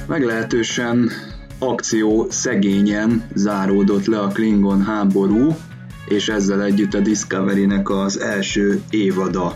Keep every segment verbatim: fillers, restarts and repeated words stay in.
Meglehetősen akció szegényen záródott le a Klingon háború, és ezzel együtt a Discovery-nek az első évada.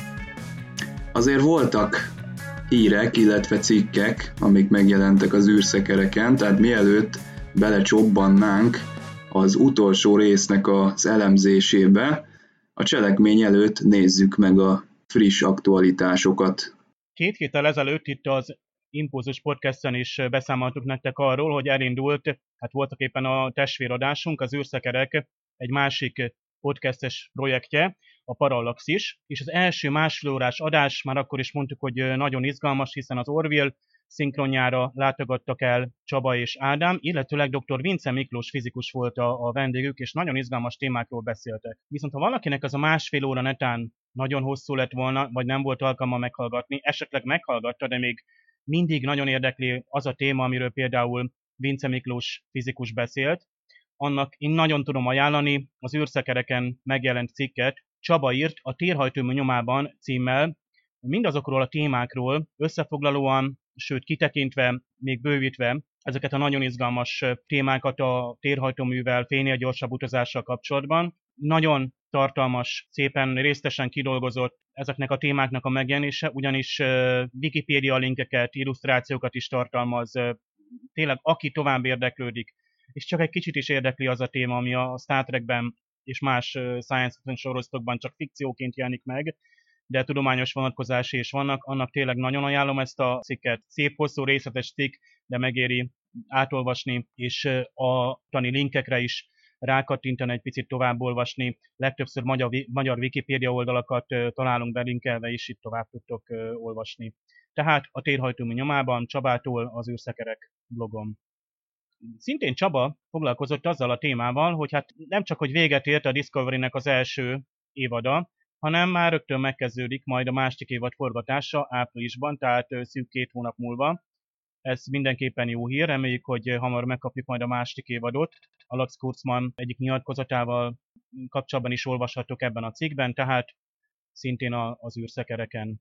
Azért voltak hírek, illetve cikkek, amik megjelentek az űrszekereken, tehát mielőtt belecsobbannánk az utolsó résznek az elemzésébe, a cselekmény előtt nézzük meg a friss aktualitásokat. Két héttel ezelőtt itt az Impulzus Podcasten is beszámoltuk nektek arról, hogy elindult, hát voltak éppen a testvéradásunk, az űrszekerek egy másik podcastes projektje, a Parallaxis, és az első másfél órás adás, már akkor is mondtuk, hogy nagyon izgalmas, hiszen az Orville szinkronjára látogattak el Csaba és Ádám, illetőleg dr. Vince Miklós fizikus volt a, a vendégük, és nagyon izgalmas témákról beszéltek. Viszont ha valakinek az a másfél óra netán nagyon hosszú lett volna, vagy nem volt alkalma meghallgatni, esetleg meghallgatta, de még mindig nagyon érdekli az a téma, amiről például Vince Miklós fizikus beszélt, annak én nagyon tudom ajánlani az űrszekereken megjelent cikket. Csaba írt a Térhajtómű nyomában címmel, mindazokról a témákról összefoglalóan, sőt kitekintve, még bővítve ezeket a nagyon izgalmas témákat a térhajtóművel, fénynél gyorsabb utazással kapcsolatban. Nagyon tartalmas, szépen részletesen kidolgozott ezeknek a témáknak a megjelenése, ugyanis Wikipédia linkeket, illusztrációkat is tartalmaz. Tényleg, aki tovább érdeklődik, és csak egy kicsit is érdekli az a téma, ami a Star Trekben és más science fiction sorozatokban csak fikcióként jelenik meg, de tudományos vonatkozási is vannak, annak tényleg nagyon ajánlom ezt a cikket. Szép, hosszú, részletes cikk, de megéri átolvasni, és a tani linkekre is rákattintani, egy picit tovább olvasni. Legtöbbször magyar, magyar Wikipédia oldalakat találunk belinkelve, és itt tovább tudtok olvasni. Tehát a Térhajtómű nyomában, Csabától az űrszekerek blogon. Szintén Csaba foglalkozott azzal a témával, hogy hát nem csak, hogy véget ért a Discovery-nek az első évada, hanem már rögtön megkezdődik majd a második évad forgatása áprilisban, tehát szűk két hónap múlva. Ez mindenképpen jó hír, reméljük, hogy hamar megkapjuk majd a második évadot. A Lux Kurtzman egyik nyilatkozatával kapcsolatban is olvashattok ebben a cikkben, tehát szintén az űrszekereken.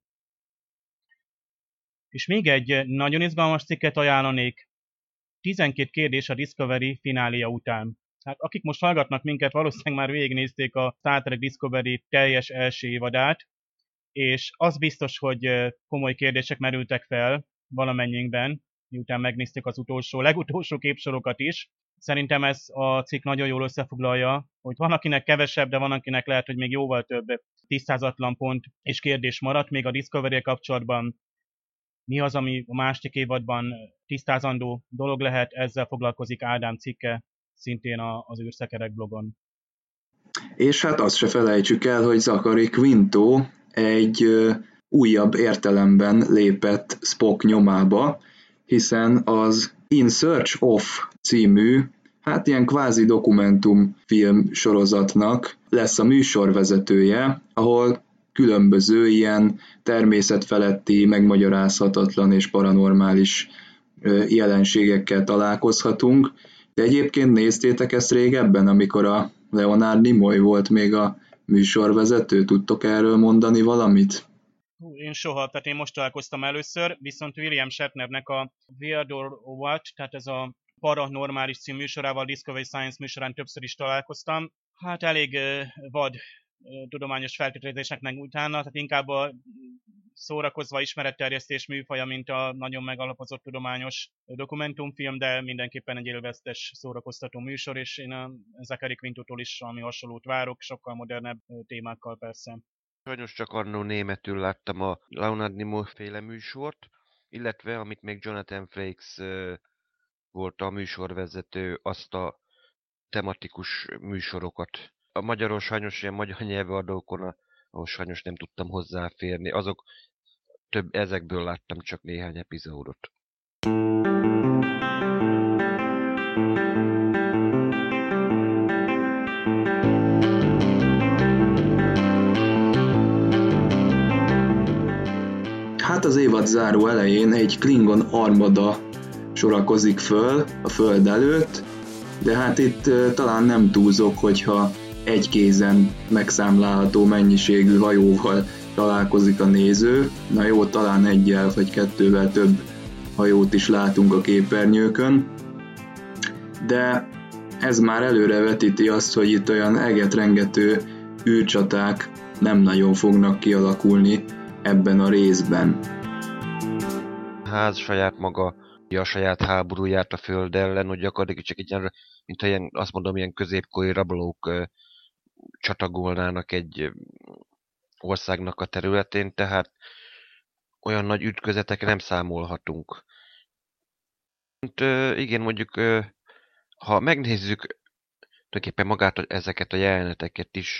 És még egy nagyon izgalmas cikket ajánlanék, tizenkét kérdés a Discovery fináléja után. Hát akik most hallgatnak minket, valószínűleg már végignézték a Star Trek Discovery teljes első évadát, és az biztos, hogy komoly kérdések merültek fel valamennyiünkben, miután megnéztük az utolsó, legutolsó képsorokat is. Szerintem ez a cikk nagyon jól összefoglalja, hogy van akinek kevesebb, de van akinek lehet, hogy még jóval több tisztázatlan pont és kérdés maradt, még a Discovery kapcsolatban. Mi az, ami a második évadban tisztázandó dolog lehet, ezzel foglalkozik Ádám cikke, szintén az űrszekerek blogon. És hát azt se felejtsük el, hogy Zachary Quinto egy ö, újabb értelemben lépett Spock nyomába, hiszen az In Search of című, hát ilyen kvázi dokumentumfilm sorozatnak lesz a műsorvezetője, ahol különböző ilyen természetfeletti, megmagyarázhatatlan és paranormális jelenségekkel találkozhatunk. De egyébként néztétek ezt régebben, amikor a Leonard Nimoy volt még a műsorvezető? Tudtok erről mondani valamit? Én soha, tehát én most találkoztam először, viszont William Shatnernek a Weird or What, tehát ez a Paranormális című műsorával, Discovery Science műsorán többször is találkoztam. Hát elég vad tudományos feltételezéseknek utána, tehát inkább a szórakozva ismeretterjesztés műfaja, mint a nagyon megalapozott tudományos dokumentumfilm, de mindenképpen egy élveztes, szórakoztató műsor, és én a Zachary Quintótól is valami hasonlót várok, sokkal modernebb témákkal persze. Sajnos csak annó németül láttam a Leonard Nimoy féle műsort, illetve amit még Jonathan Frakes volt a műsorvezető, azt a tematikus műsorokat. A magyarul sajnos ilyen magyar nyelvadókon, ahol sajnos nem tudtam hozzáférni. Azok több ezekből láttam csak néhány epizódot. Hát az évad záró elején egy Klingon armada sorakozik föl a föld előtt, de hát itt uh, talán nem túlzok, hogyha egy kézen megszámlálható mennyiségű hajóval találkozik a néző. Na jó, talán egyel vagy kettővel több hajót is látunk a képernyőkön, de ez már előrevetíti azt, hogy itt olyan egetrengető űrcsaták nem nagyon fognak kialakulni ebben a részben. A ház saját maga, a saját háborúját a Föld ellen, hogy gyakorlatilag csak egy ilyen, mint ha ilyen, azt mondom, ilyen középkori rablók ö, csatagolnának egy országnak a területén, tehát olyan nagy ütközetekre nem számolhatunk. Ö, igen, mondjuk, ö, ha megnézzük tulajdonképpen magát ezeket a jeleneteket is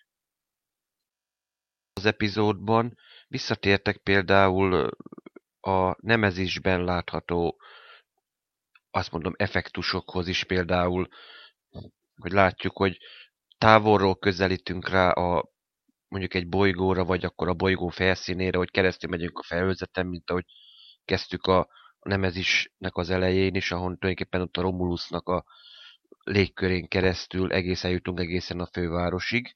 az epizódban, visszatértek például a Nemezisben látható, azt mondom, effektusokhoz is például, hogy látjuk, hogy távolról közelítünk rá a, mondjuk egy bolygóra, vagy akkor a bolygó felszínére, hogy keresztül megyünk a felhőzeten, mint ahogy kezdtük a Nemezisnek az elején is, ahol tulajdonképpen ott a Romulusnak a légkörén keresztül egészen jutunk egészen a fővárosig.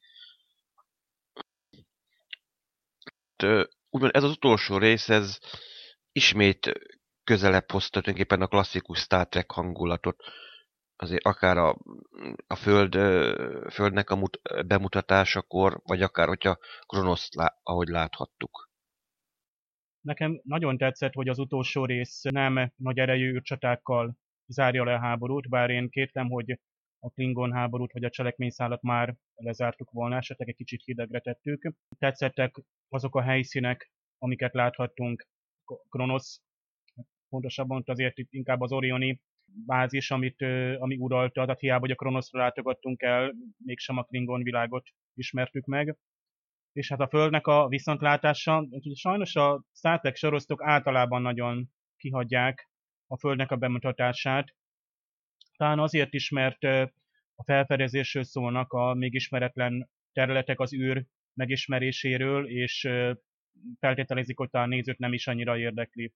Úgymond ez az utolsó rész, ez ismét közelebb hozta tulajdonképpen a klasszikus Star Trek hangulatot. Azért akár a, a föld, Földnek a mut, bemutatásakor, vagy akár hogyha Kronoszt, lá, ahogy láthattuk. Nekem nagyon tetszett, hogy az utolsó rész nem nagy erejű űrcsatákkal zárja le a háborút, bár én kétlem, hogy a Klingon háborút vagy a cselekményszálat már lezártuk volna, esetleg egy kicsit hidegre tettük. Tetszettek azok a helyszínek, amiket láthattunk. Kronosz, pontosabban azért itt inkább az Orioni bázis, amit, ami uralta, tehát hiába, hogy a Kronoszra látogattunk el, mégsem a Klingon világot ismertük meg. És hát a Földnek a viszontlátása, sajnos a Star Trek sorosztok általában nagyon kihagyják a Földnek a bemutatását. Talán azért is, mert a felfedezésről szólnak, a még ismeretlen területek az űr megismeréséről, és feltételezik, hogy talán nézőt nem is annyira érdekli.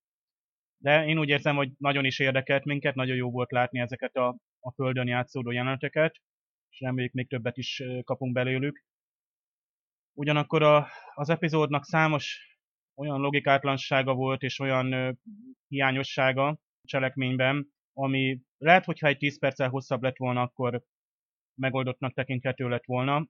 De én úgy érzem, hogy nagyon is érdekelt minket, nagyon jó volt látni ezeket a, a Földön játszódó jeleneteket, és reméljük még többet is kapunk belőlük. Ugyanakkor a, az epizódnak számos olyan logikátlansága volt, és olyan ö, hiányossága a cselekményben, ami lehet, hogyha egy tíz perccel hosszabb lett volna, akkor megoldottnak tekinthető lett volna.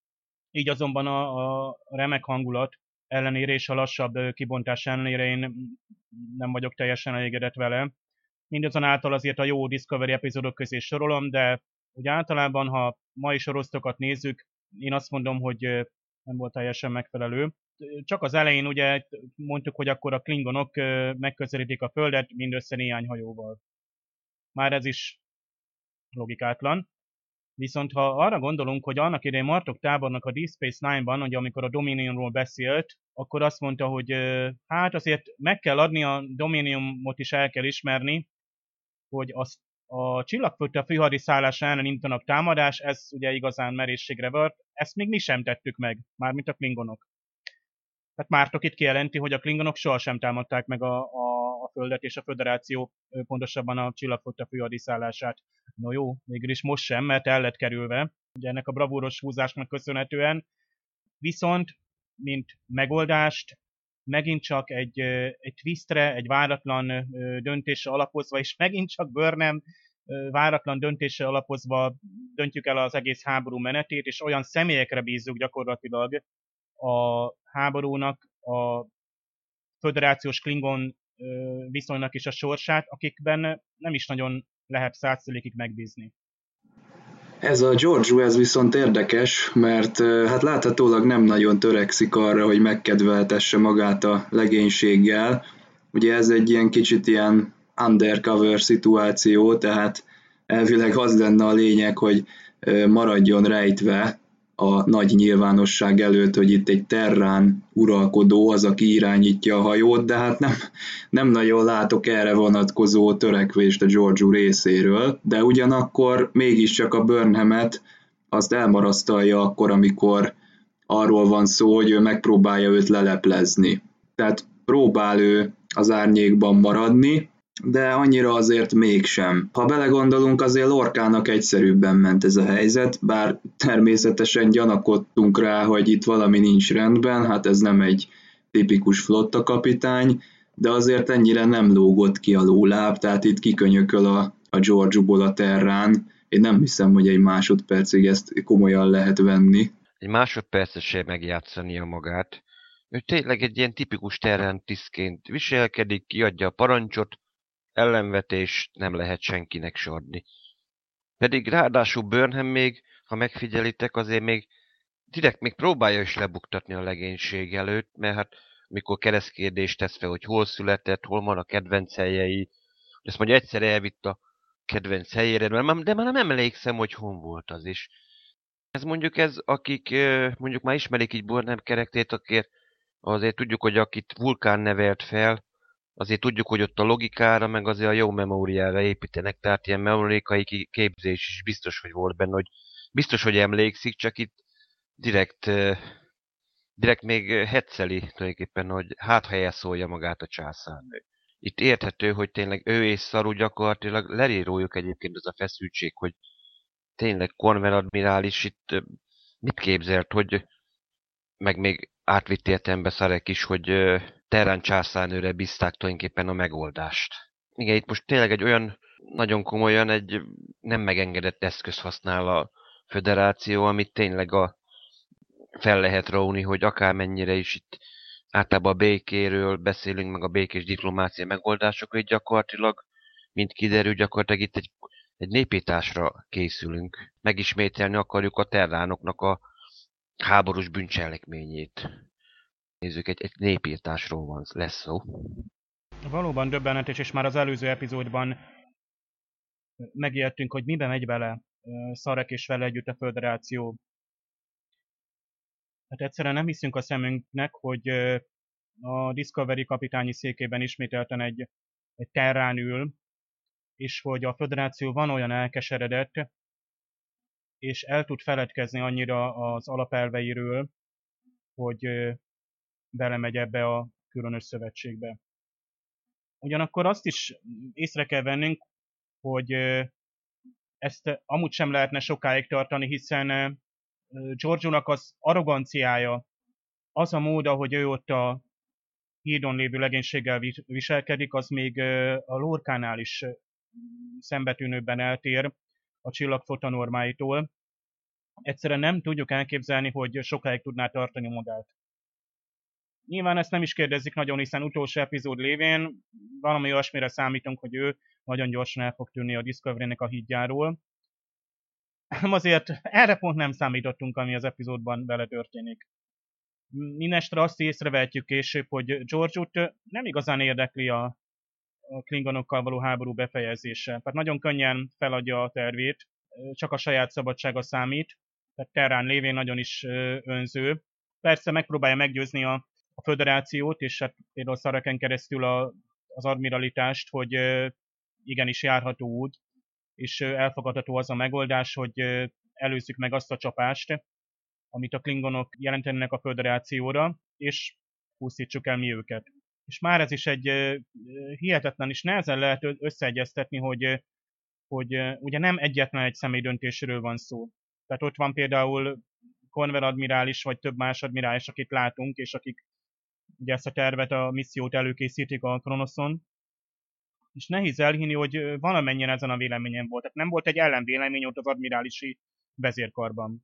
Így azonban a, a remek hangulat ellenére és a lassabb kibontás ellenére én nem vagyok teljesen elégedett vele. Mindazonáltal azért a jó Discovery epizódok közé sorolom, de úgy általában, ha mai sorosztokat nézzük, én azt mondom, hogy nem volt teljesen megfelelő. Csak az elején ugye mondtuk, hogy akkor a klingonok megközelítik a Földet mindössze néhány hajóval. Már ez is logikátlan. Viszont ha arra gondolunk, hogy annak idején Martok tábornak a Deep Space Nine-ban, hogy amikor a Dominionról beszélt, akkor azt mondta, hogy hát azért meg kell adni a Dominiumot is el kell ismerni, hogy azt a csillagföldte főhadiszállás ellen indítanak támadás, ez ugye igazán merészségre volt, ezt még mi sem tettük meg, mármint a klingonok. Tehát Mártok itt kijelenti, hogy a klingonok sohasem támadták meg a, a, a Földet és a Föderáció, pontosabban a csillagföldte főhadiszállását. No jó, végül is most sem, mert el lett kerülve, ugye ennek a bravúros húzásnak köszönhetően. Viszont, mint megoldást, megint csak egy, egy twistre, egy váratlan döntésre alapozva, és megint csak Burnham váratlan döntésre alapozva döntjük el az egész háború menetét, és olyan személyekre bízzuk gyakorlatilag a háborúnak, a föderációs Klingon viszonynak is a sorsát, akikben nem is nagyon lehet száz százalékig megbízni. Ez a Georgiou, ez viszont érdekes, mert hát láthatólag nem nagyon törekszik arra, hogy megkedveltesse magát a legénységgel. Ugye ez egy ilyen kicsit ilyen undercover szituáció, tehát elvileg az lenne a lényeg, hogy maradjon rejtve a nagy nyilvánosság előtt, hogy itt egy terrán uralkodó az, aki irányítja a hajót, de hát nem, nem nagyon látok erre vonatkozó törekvést a Georgiou részéről, de ugyanakkor mégiscsak a Burnhamet azt elmarasztalja akkor, amikor arról van szó, hogy ő megpróbálja őt leleplezni. Tehát próbál ő az árnyékban maradni, de annyira azért mégsem. Ha belegondolunk, azért Lorkának egyszerűbben ment ez a helyzet, bár természetesen gyanakodtunk rá, hogy itt valami nincs rendben, hát ez nem egy tipikus flotta kapitány, de azért ennyire nem lógott ki a lóláb, tehát itt kikönyököl a, a Giorgioból a Terrán. Én nem hiszem, hogy egy másodpercig ezt komolyan lehet venni. Egy másodpercet sem megjátszania magát. Ő tényleg egy ilyen tipikus Terrán tisztként viselkedik, kiadja a parancsot, ellenvetés nem lehet senkinek sorni. Pedig ráadásul Burnham még, ha megfigyelitek, azért még direkt még próbálja is lebuktatni a legénység előtt, mert hát mikor keresztkérdést tesz fel, hogy hol született, hol van a kedvenc helyei, ezt mondja, egyszer elvitt a kedvenc helyére, de már nem emlékszem, hogy hon volt az is. Ez mondjuk ez, akik mondjuk már ismerik így Burnham karakterét, akik azért tudjuk, hogy akit Vulkán nevelt fel, azért tudjuk, hogy ott a logikára, meg azért a jó memóriára építenek, tehát ilyen memórikai képzés is biztos, hogy volt benne, hogy biztos, hogy emlékszik, csak itt direkt, direkt még hetszeli tulajdonképpen, hogy hát ha elszólja magát a császárnő. Itt érthető, hogy tényleg ő és Saru gyakorlatilag lerírójuk egyébként az a feszültség, hogy tényleg Cornwell admirális itt mit képzelt, hogy meg még átvitt értelembe Sarek is, hogy Terrán császárnőre bízták tulajdonképpen a megoldást. Igen, itt most tényleg egy olyan nagyon komolyan egy nem megengedett eszköz használ a föderáció, amit tényleg a, fel lehet róni, hogy akármennyire is itt általában a békéről beszélünk, meg a békés diplomácia megoldásokról, hogy gyakorlatilag, mint kiderül, gyakorlatilag itt egy, egy népírtásra készülünk. Megismételni akarjuk a terránoknak a háborús bűncselekményét. Nézzük, egy, egy népírtásról van, lesz szó. Valóban döbbenetes, és már az előző epizódban megijedtünk, hogy miben megy bele Sarek és vele együtt a föderáció. Hát egyszerűen nem hiszünk a szemünknek, hogy a Discovery kapitányi székében ismételten egy, egy terrán ül, és hogy a föderáció van olyan elkeseredett, és el tud feledkezni annyira az alapelveiről, hogy belemegy ebbe a különös szövetségbe. Ugyanakkor azt is észre kell vennünk, hogy ezt amúgy sem lehetne sokáig tartani, hiszen Giorgionak az arroganciája, az a mód, ahogy ő ott a hídon lévő legénységgel viselkedik, az még a Lorcánál is szembetűnőbben eltér a csillagflota normáitól. Egyszerűen nem tudjuk elképzelni, hogy sokáig tudná tartani magát. Nyilván ezt nem is kérdezik nagyon, hiszen utolsó epizód lévén valami olyasmire számítunk, hogy ő nagyon gyorsan el fog tűnni a Discovery-nek a hídjáról. Azért erre pont nem számítottunk, ami az epizódban vele történik. Mindenestre azt észrevehetjük később, hogy George-ut nem igazán érdekli a klingonokkal való háború befejezése. Tehát nagyon könnyen feladja a tervét, csak a saját szabadsága számít, tehát Terrán lévén nagyon is önző. Persze megpróbálja meggyőzni a, a föderációt, és hát például Sareken keresztül a, az admiralitást, hogy igenis járható út, és elfogadható az a megoldás, hogy előzzük meg azt a csapást, amit a klingonok jelentenek a föderációra, és pusztítsuk el mi őket. És már ez is egy hihetetlen, és nehezen lehet összeegyeztetni, hogy, hogy ugye nem egyetlen egy személy döntésről van szó. Tehát ott van például Cornwell admirális, vagy több más admirális, akit látunk, és akik ugye ezt a tervet, a missziót előkészítik a Kronoszon, és nehéz elhinni, hogy valamennyien ezen a véleményen volt. Tehát nem volt egy ellenvélemény ott az admirálisi vezérkarban.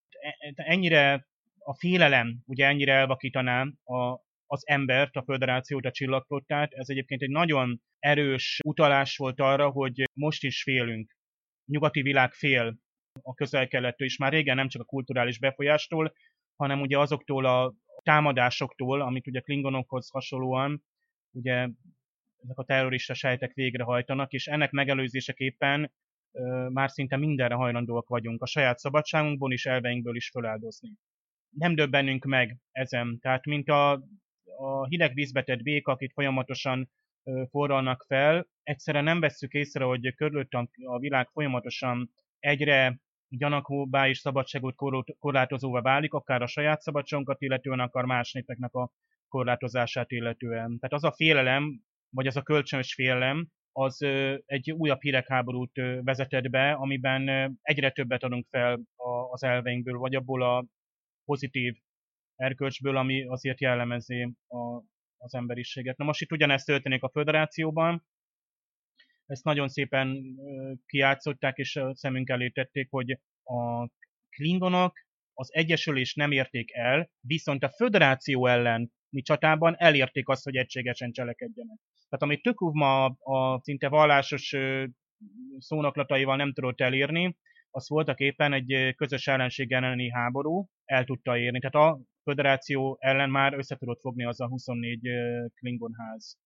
Ennyire a félelem, ugye ennyire elvakítaná a, az embert, a föderációt, a csillagflottát. Ez egyébként egy nagyon erős utalás volt arra, hogy most is félünk. A nyugati világ fél a közel-kelettől, és már régen nem csak a kulturális befolyástól, hanem ugye azoktól a támadásoktól, amit ugye klingonokhoz hasonlóan ugye ezek a terrorista sejtek végrehajtanak, és ennek megelőzéseképpen ö, már szinte mindenre hajlandóak vagyunk, a saját szabadságunkból és elveinkből is föláldozni. Nem döbbenünk meg ezen, tehát mint a, a hideg vízbe tett béka, akit folyamatosan ö, forralnak fel, egyszerűen nem vesszük észre, hogy körülött a, a világ folyamatosan egyre gyanakvóbbá és szabadságot korlátozóvá válik, akár a saját szabadságunkat illetően, akár más népeknek a korlátozását illetően. Tehát az a félelem, vagy az a kölcsönös félelem, az egy újabb hidegháborút vezetett be, amiben egyre többet adunk fel az elveinkből, vagy abból a pozitív erkölcsből, ami azért jellemezi a az emberiséget. Na most itt ugyanezt történik a föderációban, ezt nagyon szépen kijátszották, és a szemünk elé tették, hogy a klingonok az egyesülést nem érték el, viszont a föderáció elleni csatában elérték azt, hogy egységesen cselekedjenek. Tehát amit Tökuvma a, a szinte vallásos szónoklataival nem tudott elérni, az voltak éppen egy közös ellenség elleni háború, el tudta érni. Tehát a föderáció ellen már össze tudott fogni az a huszonnégy klingonház.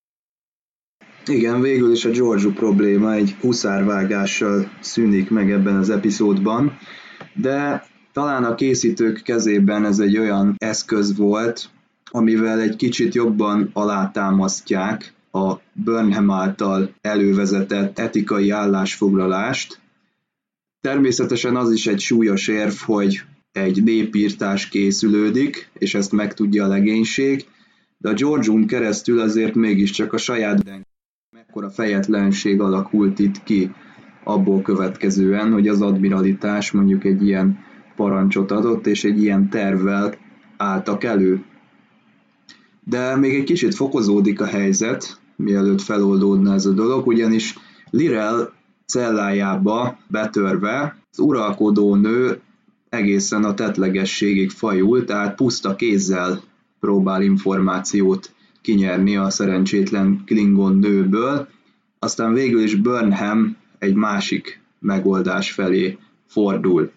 Igen, végül is a Georgiou probléma egy huszárvágással szűnik meg ebben az epizódban, de talán a készítők kezében ez egy olyan eszköz volt, amivel egy kicsit jobban alátámasztják a Burnham által elővezetett etikai állásfoglalást. Természetesen az is egy súlyos érv, hogy egy népírtás készülődik, és ezt megtudja a legénység, de a Georgioun keresztül azért mégiscsak a saját mekkora fejetlenség alakult itt ki abból következően, hogy az admiralitás mondjuk egy ilyen parancsot adott, és egy ilyen tervvel álltak elő. De még egy kicsit fokozódik a helyzet, mielőtt feloldódna ez a dolog, ugyanis Lirel cellájába betörve az uralkodó nő egészen a tettlegességig fajul, tehát puszta kézzel próbál információt kinyerni a szerencsétlen Klingon nőből, aztán végül is Burnham egy másik megoldás felé fordul.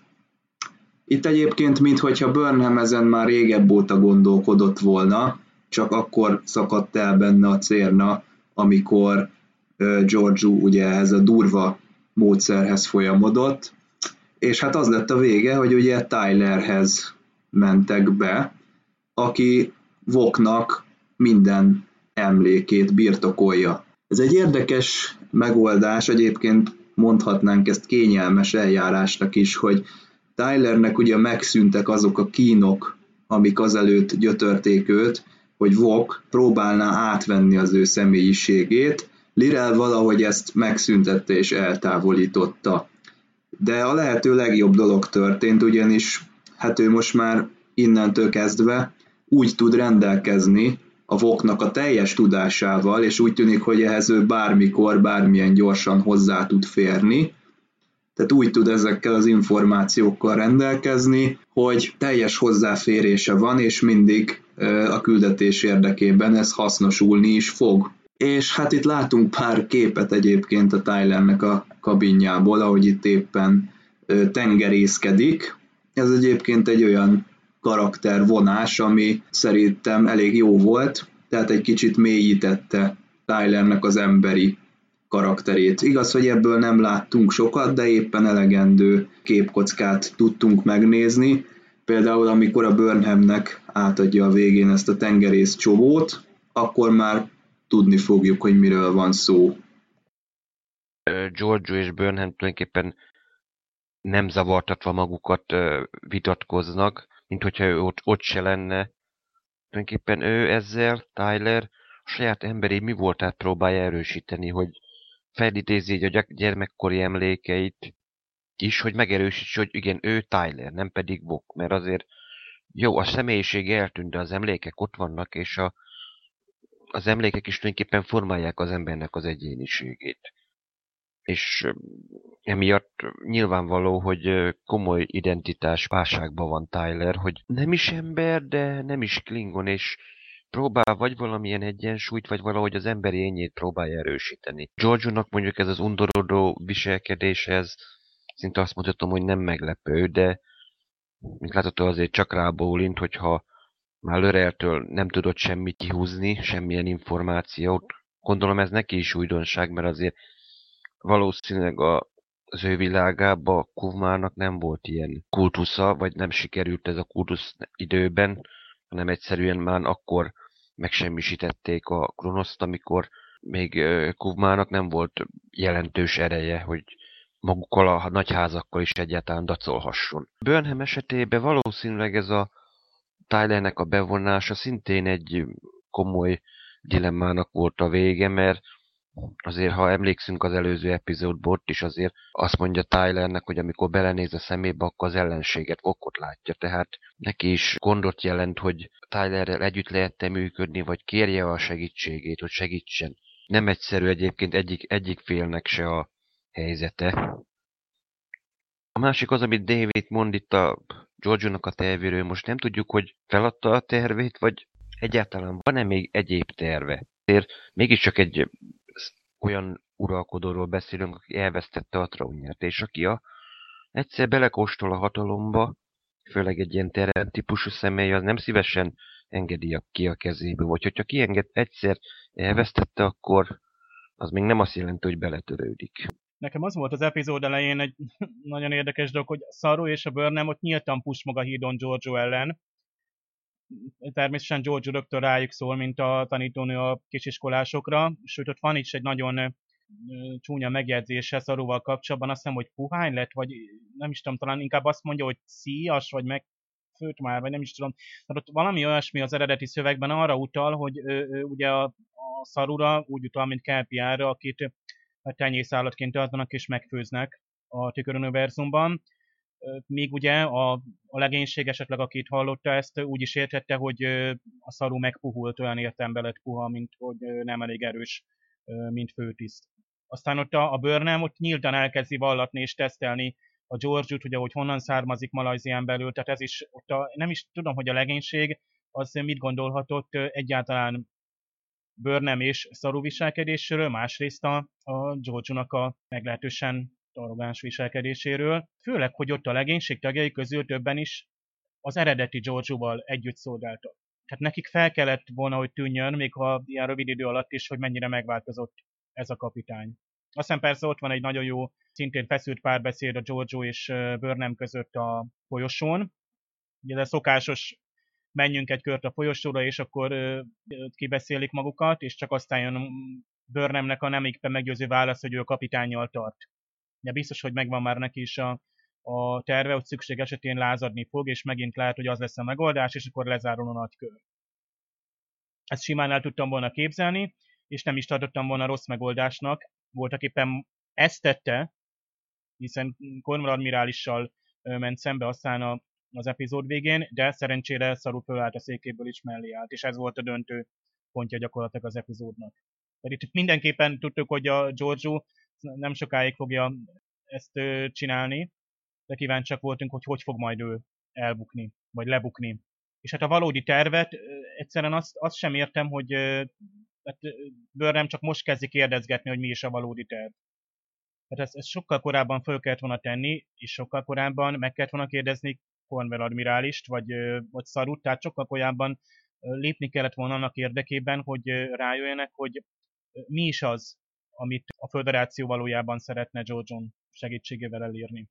Itt egyébként, minthogyha Burnham ezen már régebb óta gondolkodott volna, csak akkor szakadt el benne a cérna, amikor Georgiou ugye ehhez a durva módszerhez folyamodott, és hát az lett a vége, hogy ugye Tylerhez mentek be, aki Voknak minden emlékét birtokolja. Ez egy érdekes megoldás, egyébként mondhatnánk ezt kényelmes eljárásnak is, hogy Tylernek ugye megszűntek azok a kínok, amik azelőtt gyötörték őt, hogy Vok próbálná átvenni az ő személyiségét, Lirel valahogy ezt megszüntette és eltávolította. De a lehető legjobb dolog történt, ugyanis hát ő most már innentől kezdve úgy tud rendelkezni a Voknak a teljes tudásával, és úgy tűnik, hogy ehhez ő bármikor, bármilyen gyorsan hozzá tud férni. Tehát úgy tud ezekkel az információkkal rendelkezni, hogy teljes hozzáférése van, és mindig a küldetés érdekében ez hasznosulni is fog. És hát itt látunk pár képet egyébként a Tylernek a kabinjából, ahogy itt éppen tengerészkedik. Ez egyébként egy olyan karaktervonás, ami szerintem elég jó volt, tehát egy kicsit mélyítette Tylernek az emberi karakterét. Igaz, hogy ebből nem láttunk sokat, de éppen elegendő képkockát tudtunk megnézni. Például amikor a Burnhamnek átadja a végén ezt a tengerész csomót, akkor már tudni fogjuk, hogy miről van szó. Georgiou és Burnham tulajdonképpen nem zavartatva magukat vitatkoznak, mint hogyha ő ott, ott se lenne. Tulajdonképpen ő ezzel, Tyler, a saját emberi mi voltát próbálja erősíteni, hogy felidézi így a gyermekkori emlékeit is, hogy megerősítse, hogy igen, ő Tyler, nem pedig Vok, mert azért jó, a személyiség eltűnt, de az emlékek ott vannak, és a, az emlékek is tulajdonképpen formálják az embernek az egyéniségét. És emiatt nyilvánvaló, hogy komoly identitás válságban van Tyler, hogy nem is ember, de nem is Klingon, és próbál vagy valamilyen egyensúlyt, vagy valahogy az emberi ényét próbálja erősíteni. Georgiounak mondjuk ez az undorodó viselkedéshez szinte azt mondhatom, hogy nem meglepő, de mint látható azért csak rábólint, hogyha már Lireltől nem tudott semmit kihúzni, semmilyen információt. Gondolom ez neki is újdonság, mert azért valószínűleg a, az ő világában Kuvmának nem volt ilyen kultusza, vagy nem sikerült ez a kultusz időben, hanem egyszerűen már akkor megsemmisítették a Kronoszt, amikor még Kuvmának nem volt jelentős ereje, hogy magukkal a nagyházakkal is egyáltalán dacolhasson. Burnham esetében valószínűleg ez a Tylernek a bevonása szintén egy komoly dilemmának volt a vége, mert azért, ha emlékszünk az előző epizódból, ott is azért azt mondja Tylernek, hogy amikor belenéz a szemébe, akkor az ellenséget, Vokot látja. Tehát neki is gondot jelent, hogy Tylerrel együtt lehet-e működni, vagy kérje a segítségét, hogy segítsen. Nem egyszerű egyébként egyik, egyik félnek se a helyzete. A másik az, amit David mond itt a Giorgio-nak a tervéről, most nem tudjuk, hogy feladta a tervét, vagy egyáltalán van-e még egyéb terve. Azért mégiscsak egy olyan uralkodóról beszélünk, aki elvesztette a trónját, és aki a, egyszer belekóstol a hatalomba, főleg egy ilyen terror típusú személy, az nem szívesen engedi ki a kezébe, vagy hogyha kienged egyszer elvesztette, akkor az még nem azt jelenti, hogy beletörődik. Nekem az volt az epizód elején egy nagyon érdekes dolog, hogy Saru és a Burnham ott nyíltan pusmog a hídon Giorgio ellen. Természetesen Giorgio rögtön rájuk szól, mint a tanítónő a kisiskolásokra, sőt ott van is egy nagyon csúnya megjegyzése Saruval kapcsolatban, azt hiszem, hogy puhány lett, vagy nem is tudom, talán inkább azt mondja, hogy szíjas, vagy megfőtt már, vagy nem is tudom. Tehát ott valami olyasmi az eredeti szövegben arra utal, hogy ő, ő, ugye a, a Sarura úgy utal, mint Kelpiára, akit tenyészállatként tartanak és megfőznek a Tüköruniverzumban. Még ugye a, a legénység esetleg, akit hallotta ezt, úgy is értette, hogy a Saru megpuhult, olyan értelemben lett puha, mint hogy nem elég erős, mint főtiszt. Aztán ott a, a Burnham ott nyíltan elkezdi vallatni és tesztelni a George-ut, ugye, hogy honnan származik Malajzián belül, tehát ez is, ott a, nem is tudom, hogy a legénység az mit gondolhatott egyáltalán Burnham és Saru viselkedésről, másrészt a, a George-nak a meglehetősen arrogáns viselkedéséről. Főleg, hogy ott a legénység tagjai közül többen is az eredeti George-val együtt szolgáltak. Tehát nekik fel kellett volna, hogy tűnjön, még ha ilyen rövid idő alatt is, hogy mennyire megváltozott ez a kapitány. Aztán persze ott van egy nagyon jó, szintén feszült párbeszéd a Giorgio és Burnham között a folyosón. Ugye ez a szokásos, menjünk egy kört a folyosóra, és akkor ö, kibeszélik magukat, és csak aztán jön Burnhamnek a nem éppen meggyőző válasz, hogy ő a kapitánnyal tart. Ja, biztos, hogy megvan már neki is a, a terve, hogy szükség esetén lázadni fog, és megint lehet, hogy az lesz a megoldás, és akkor lezárul a nagy kör. Ezt simán el tudtam volna képzelni, és nem is tartottam volna rossz megoldásnak. Voltak éppen ezt tette, hiszen Cornwall admirálissal ment szembe aztán a, az epizód végén, de szerencsére Saru fölállt a székéből is mellé állt, és ez volt a döntő pontja gyakorlatilag az epizódnak. Tehát itt mindenképpen tudtuk, hogy a Giorgio nem sokáig fogja ezt csinálni, de kíváncsiak voltunk, hogy hogy fog majd ő elbukni, vagy lebukni. És hát a valódi tervet, egyszerűen azt, azt sem értem, hogy hát Burnham csak most kezdi kérdezgetni, hogy mi is a valódi terv. Tehát ezt, ezt sokkal korábban föl kellett volna tenni, és sokkal korábban meg kellett volna kérdezni Cornwall admirálist, vagy, vagy Sarut, tehát sokkal korábban lépni kellett volna annak érdekében, hogy rájöjjenek, hogy mi is az, amit a Föderáció valójában szeretne George-on segítségével elérni.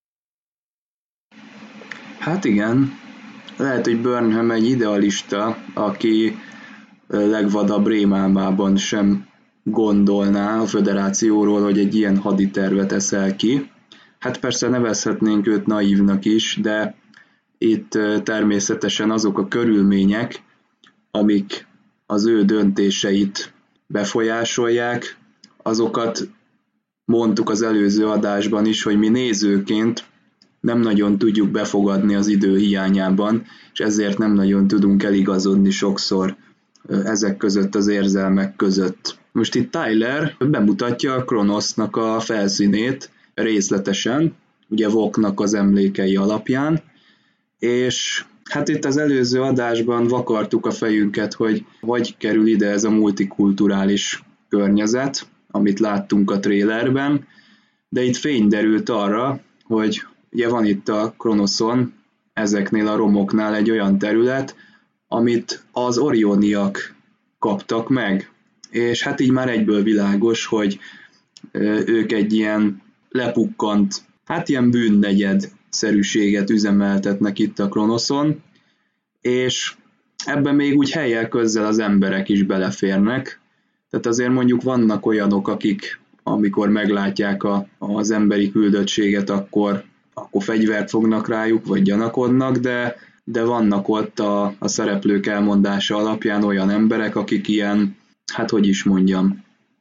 Hát igen, lehet, hogy Burnham egy idealista, aki legvadabb rémálmában sem gondolná a Föderációról, hogy egy ilyen haditervet eszel ki. Hát persze nevezhetnénk őt naívnak is, de itt természetesen azok a körülmények, amik az ő döntéseit befolyásolják, azokat mondtuk az előző adásban is, hogy mi nézőként nem nagyon tudjuk befogadni az idő hiányában, és ezért nem nagyon tudunk eligazodni sokszor ezek között az érzelmek között. Most itt Tyler bemutatja a Kronosznak a felszínét részletesen, ugye Voknak az emlékei alapján, és hát itt az előző adásban vakartuk a fejünket, hogy hogy kerül ide ez a multikulturális környezet, amit láttunk a trélerben, de itt fény derült arra, hogy ugye van itt a Kronoszon, ezeknél a romoknál egy olyan terület, amit az orioniak kaptak meg. És hát így már egyből világos, hogy ők egy ilyen lepukkant, hát ilyen bűnnegyed szerűséget üzemeltetnek itt a Kronoszon, és ebben még úgy helyel közzel az emberek is beleférnek. Tehát azért mondjuk vannak olyanok, akik amikor meglátják a, az emberi küldöttséget, akkor, akkor fegyvert fognak rájuk, vagy gyanakodnak, de, de vannak ott a, a szereplők elmondása alapján olyan emberek, akik ilyen, hát hogy is mondjam,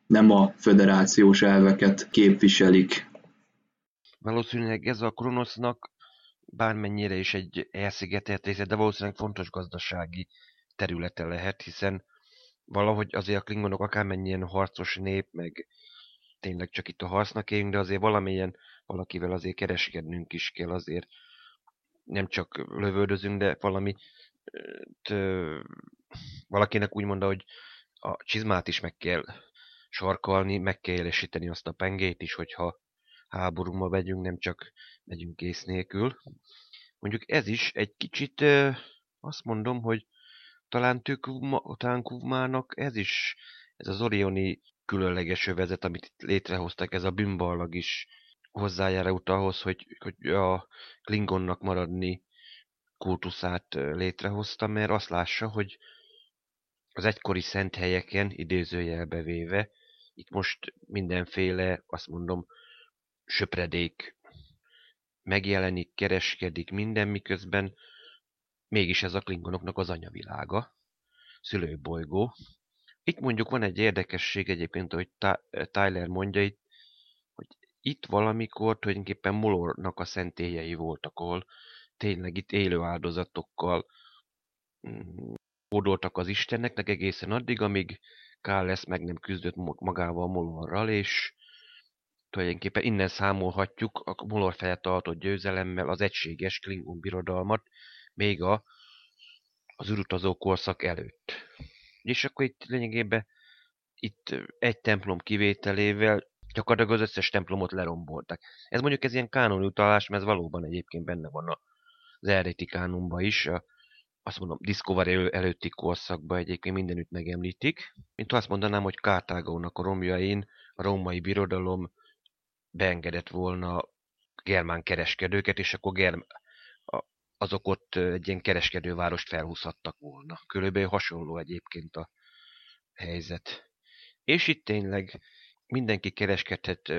nem a föderációs elveket képviselik. Valószínűleg ez a Kronosznak bármennyire is egy elszigetelt része, de valószínűleg fontos gazdasági területe lehet, hiszen valahogy azért a klingonok akármennyien harcos nép, meg tényleg csak itt a harcnak élünk, de azért valamilyen valakivel azért kereskednünk is kell, azért nem csak lövöldözünk, de valami t, valakinek úgy mondta, hogy a csizmát is meg kell sarkalni, meg kell élesíteni azt a pengét is, hogyha háborúba megyünk, nem csak megyünk kész nélkül. Mondjuk ez is egy kicsit azt mondom, hogy talán talán Kuvmának ez is, ez az orioni különleges övezet, amit itt létrehoztak, ez a bűnballag is hozzájárult ahhoz, hogy, hogy a Klingonnak maradni kultuszát létrehozta, mert azt lássa, hogy az egykori szent helyeken, idézőjelbe véve, itt most mindenféle, azt mondom, söpredék megjelenik, kereskedik minden, miközben mégis ez a klingonoknak az anyavilága, szülőbolygó. Itt mondjuk van egy érdekesség egyébként, hogy Tyler mondja itt, hogy itt valamikor tulajdonképpen Molornak a szentélyei voltak, ahol tényleg itt élő áldozatokkal hódoltak az isteneknek egészen addig, amíg Kálesz meg nem küzdött magával Molorral, és tulajdonképpen innen számolhatjuk a Molor felett tartott győzelemmel az egységes Klingon birodalmat, még a, az űrutazó korszak előtt. És akkor itt lényegében itt egy templom kivételével gyakorlatilag az összes templomot leromboltak. Ez mondjuk ez ilyen kánoni utalás, mert ez valóban egyébként benne van az eredeti kánonban is, a, azt mondom, Discovery előtti korszakban egyébként mindenütt megemlítik. Mint azt mondanám, hogy Kartágónak a romjain a római birodalom beengedett volna germán kereskedőket, és akkor germ, azok ott egy ilyen kereskedővárost felhúzhattak volna. Körülbelül hasonló egyébként a helyzet. És itt tényleg mindenki kereskedhet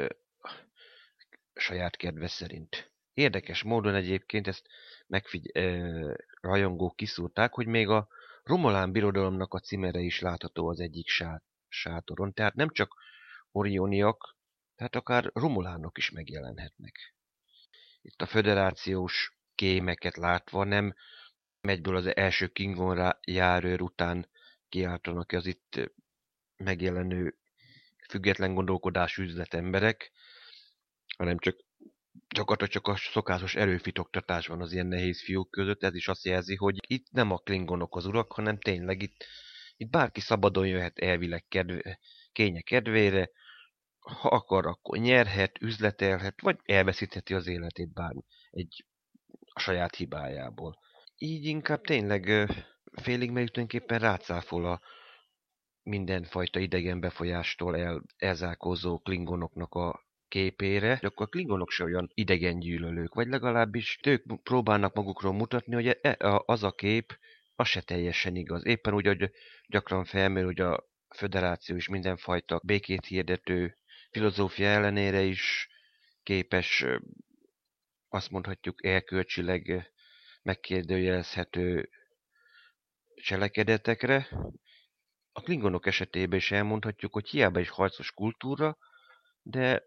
saját kedve szerint. Érdekes módon egyébként ezt megfigy- eh, rajongók kiszúrták, hogy még a Romulán birodalomnak a címere is látható az egyik sát- sátoron. Tehát nem csak orioniak, tehát akár romulánok is megjelenhetnek. Itt a föderációs kémeket látva nem egyből az első Klingon járőr után kiáltanak az itt megjelenő független gondolkodású üzletemberek, hanem csak gyakorlatilag csak a szokásos erőfitoktatás van az ilyen nehéz fiúk között. Ez is azt jelzi, hogy itt nem a klingonok az urak, hanem tényleg itt, itt bárki szabadon jöhet elvileg kedve, kénye kedvére, ha akar, akkor nyerhet, üzletelhet, vagy elveszítheti az életét bármi egy a saját hibájából. Így inkább tényleg félig meg tulajdonképpen rácáfol a mindenfajta idegen befolyástól el, elzárkózó klingonoknak a képére, de akkor a klingonok se olyan idegen gyűlölők, vagy legalábbis ők próbálnak magukról mutatni, hogy az a kép, az se teljesen igaz. Éppen úgy, hogy gyakran felmerül, hogy a föderáció is mindenfajta békét hirdető filozófia ellenére is képes, azt mondhatjuk, erkölcsileg megkérdőjelezhető cselekedetekre. A klingonok esetében is elmondhatjuk, hogy hiába is harcos kultúra, de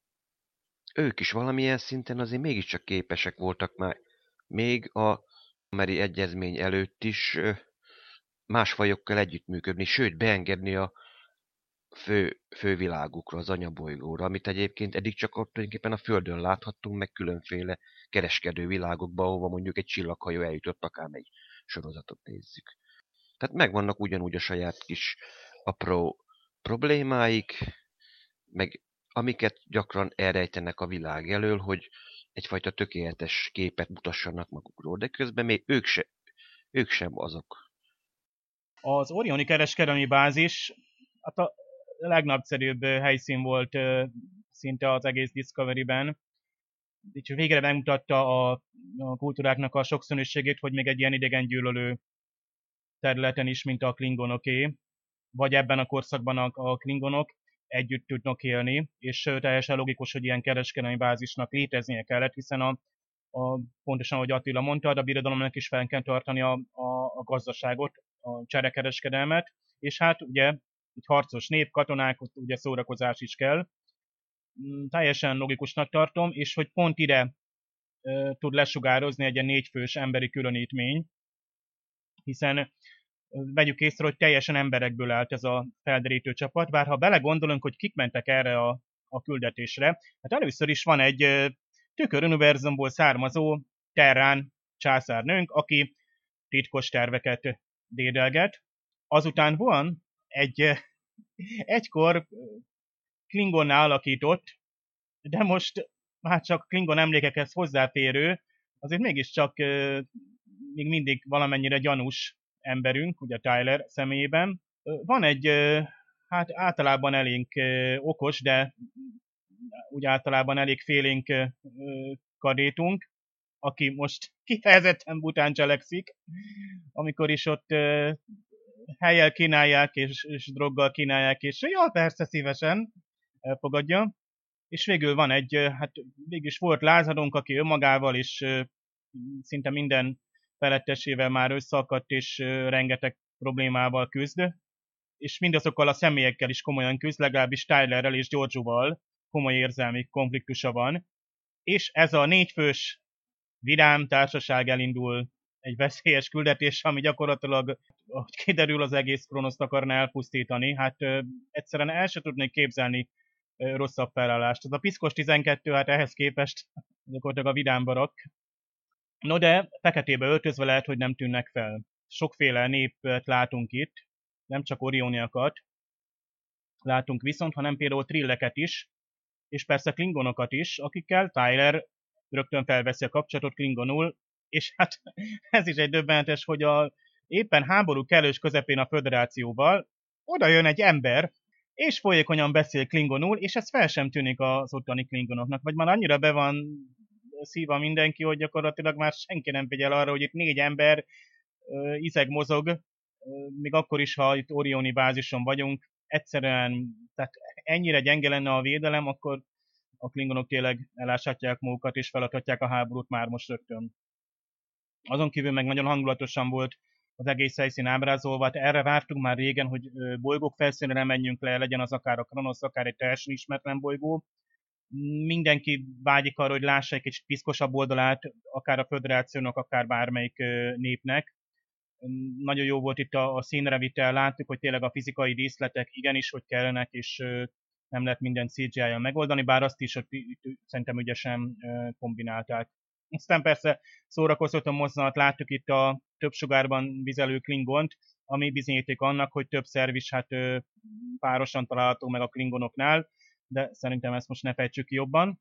ők is valamilyen szinten azért mégiscsak képesek voltak már még a meri egyezmény előtt is más fajokkal együttműködni, sőt beengedni a fő, fővilágukra, az anyabolygóra, amit egyébként eddig csak ott tulajdonképpen a Földön láthattunk, meg különféle kereskedő világokba, ahova mondjuk egy csillaghajó eljutott, akármelyik sorozatot nézzük. Tehát megvannak ugyanúgy a saját kis apró problémáik, meg amiket gyakran elrejtenek a világ elől, hogy egyfajta tökéletes képet mutassanak magukról, de közben még ők, se, ők sem azok. Az Orioni kereskedelmi bázis hát a legnagyszerűbb helyszín volt szinte az egész Discovery-ben. Így végre megmutatta a, a kultúráknak a sokszínűségét, hogy még egy ilyen idegengyűlölő területen is, mint a klingonoké, vagy ebben a korszakban a, a klingonok együtt tudnak élni, és teljesen logikus, hogy ilyen kereskedelmi bázisnak léteznie kellett, hiszen a, a, pontosan, ahogy Attila mondta, a birodalomnak is fel kell tartani a, a, a gazdaságot, a cserekereskedelmet, és hát ugye egy harcos nép, katonák, ott ugye szórakozás is kell. Teljesen logikusnak tartom, és hogy pont ide e, tud lesugározni egy ilyen négyfős emberi különítmény, hiszen e, vegyük észre, hogy teljesen emberekből állt ez a felderítő csapat, bár ha belegondolunk, hogy kik mentek erre a, a küldetésre, hát először is van egy e, tüköruniverzumból származó Terrán császárnőnk, aki titkos terveket dédelget. Azután van egy e, egykor Klingonná alakított, de most már csak Klingon emlékekhez hozzáférő, azért mégiscsak euh, még mindig valamennyire gyanús emberünk, ugye Tyler személyében. Van egy, euh, hát általában elénk euh, okos, de úgy általában elég félénk euh, kadétunk, aki most kifejezetten bután cselekszik, amikor is ott euh, helyjel kínálják, és, és droggal kínálják, és ja, persze szívesen elfogadja. És végül van egy, hát végülis volt lázadónk, aki önmagával is szinte minden felettesével már összeakadt, és rengeteg problémával küzd, és mindazokkal a személyekkel is komolyan küzd, legalábbis Tylerrel és Giorgio-val komoly érzelmi konfliktusa van, és ez a négyfős vidám társaság elindul egy veszélyes küldetés, ami gyakorlatilag, ahogy kiderül, az egész Kronoszt akarna elpusztítani. Hát ö, egyszerűen el se tudnék képzelni ö, rosszabb felállást. Ez a piszkos tizenkettő, hát ehhez képest gyakorlatilag a vidám barak. No de feketébe öltözve lehet, hogy nem tűnnek fel. Sokféle népet látunk itt, nem csak orioniakat látunk viszont, hanem például trilleket is, és persze klingonokat is, akikkel Tyler rögtön felveszi a kapcsolatot klingonul, és hát ez is egy döbbenetes, hogy a éppen háború kellős közepén a föderációval oda jön egy ember, és folyékonyan beszél klingonul, és ez fel sem tűnik az ottani klingonoknak, vagy már annyira be van szíva mindenki, hogy gyakorlatilag már senki nem figyel arra, hogy itt négy ember uh, izeg mozog, uh, még akkor is, ha itt Orioni bázison vagyunk, egyszerűen, tehát ennyire gyenge lenne a védelem, akkor a klingonok tényleg eláshatják magukat, és feladhatják a háborút már most rögtön. Azon kívül meg nagyon hangulatosan volt az egész helyszín ábrázolva, hát erre vártunk már régen, hogy bolygók felszínre menjünk le, legyen az akár a Kronosz, akár egy teljesen ismeretlen bolygó. Mindenki vágyik arra, hogy lássa egy kicsit piszkosabb oldalát, akár a föderációnak, akár bármelyik népnek. Nagyon jó volt itt a, a színrevitel, láttuk, hogy tényleg a fizikai díszletek igenis, hogy kellenek, és nem lehet minden cé gé í-jal megoldani, bár azt is, hogy szerintem ügyesen kombinálták. Aztán persze szórakoztató mozzanat, láttuk itt a több sugárban vizelő klingont, ami bizonyíték annak, hogy több szerv is hát párosan található meg a klingonoknál, de szerintem ezt most ne fejtsük ki jobban.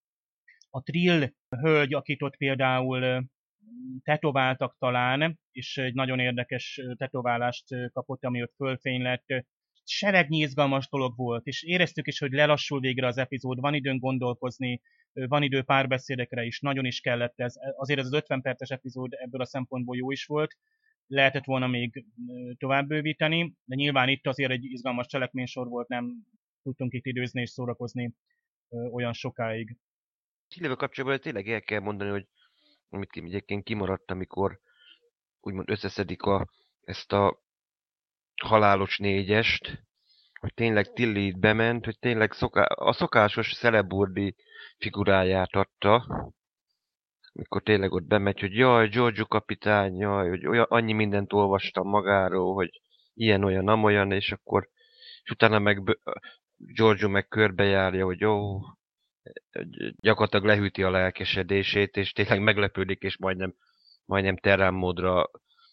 A Trill hölgy, akit ott például tetováltak talán, és egy nagyon érdekes tetoválást kapott, ami ott fölfény lett. Seregnyi izgalmas dolog volt, és éreztük is, hogy lelassul végre az epizód, van időn gondolkozni, van idő párbeszédekre is, nagyon is kellett ez. Azért ez az ötven perces epizód ebből a szempontból jó is volt, lehetett volna még tovább bővíteni, de nyilván itt azért egy izgalmas cselekménysor volt, nem tudtunk itt időzni és szórakozni olyan sokáig. Tillével kapcsolatban tényleg el kell mondani, hogy amit egyébként kimaradt, amikor úgymond összeszedik a, ezt a halálos négyest, hogy tényleg Tilly itt bement, hogy tényleg szoká, a szokásos Celebordi figuráját adta, mikor tényleg ott bemegy, hogy jaj, Giorgio kapitány, jaj, hogy olyan, annyi mindent olvastam magáról, hogy ilyen, olyan, amolyan, és akkor és utána meg Giorgio meg körbejárja, hogy jó, gyakorlatilag lehűti a lelkesedését, és tényleg meglepődik, és majdnem, majdnem terrán módra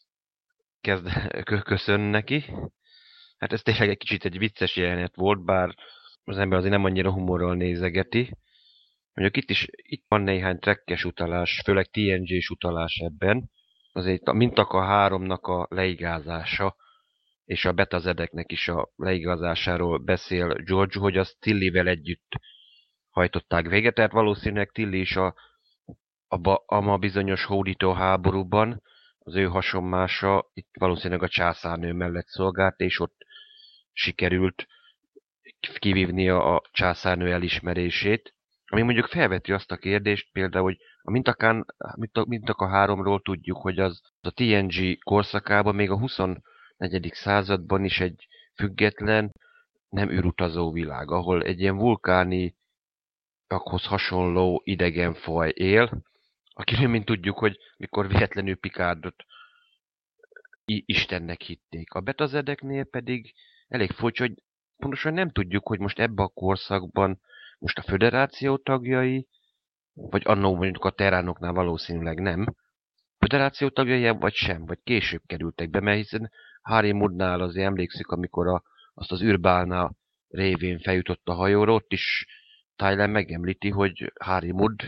kezd köszön neki. Hát ez tényleg egy kicsit egy vicces jelenet volt, bár az ember azért nem annyira humorral nézegeti. Mondjuk itt is itt van néhány trekkes utalás, főleg té en gés utalás ebben. Azért a Mintaka háromnak a leigázása, és a Betazedeknek is a leigázásáról beszél Giorgio, hogy azt Tillyvel együtt hajtották véget, tehát valószínűleg Tilly is a, a, a ma bizonyos hódító háborúban, az ő hasonmása itt valószínűleg a császárnő mellett szolgált, és ott sikerült kivívnia a császárnő elismerését. Ami mondjuk felveti azt a kérdést, például, hogy a Mintakán, Mintaka háromról tudjuk, hogy az a té en gé korszakában még a huszonnegyedik században is egy független, nem űrutazó világ, ahol egy ilyen vulkáni akhoz hasonló idegen faj él, akiről mint tudjuk, hogy mikor véletlenül Picardot Istennek hitték. A Betazedeknél pedig elég furcsa, hogy pontosan nem tudjuk, hogy most ebben a korszakban most a föderáció tagjai, vagy annó mondjuk a terránoknál valószínűleg nem, föderáció tagjai vagy sem, vagy később kerültek be, mert hiszen Harry Muddnál azért emlékszik, amikor a, azt az űrbálna révén feljutott a hajóra, ott is Tyler megemlíti, hogy Harry Mudd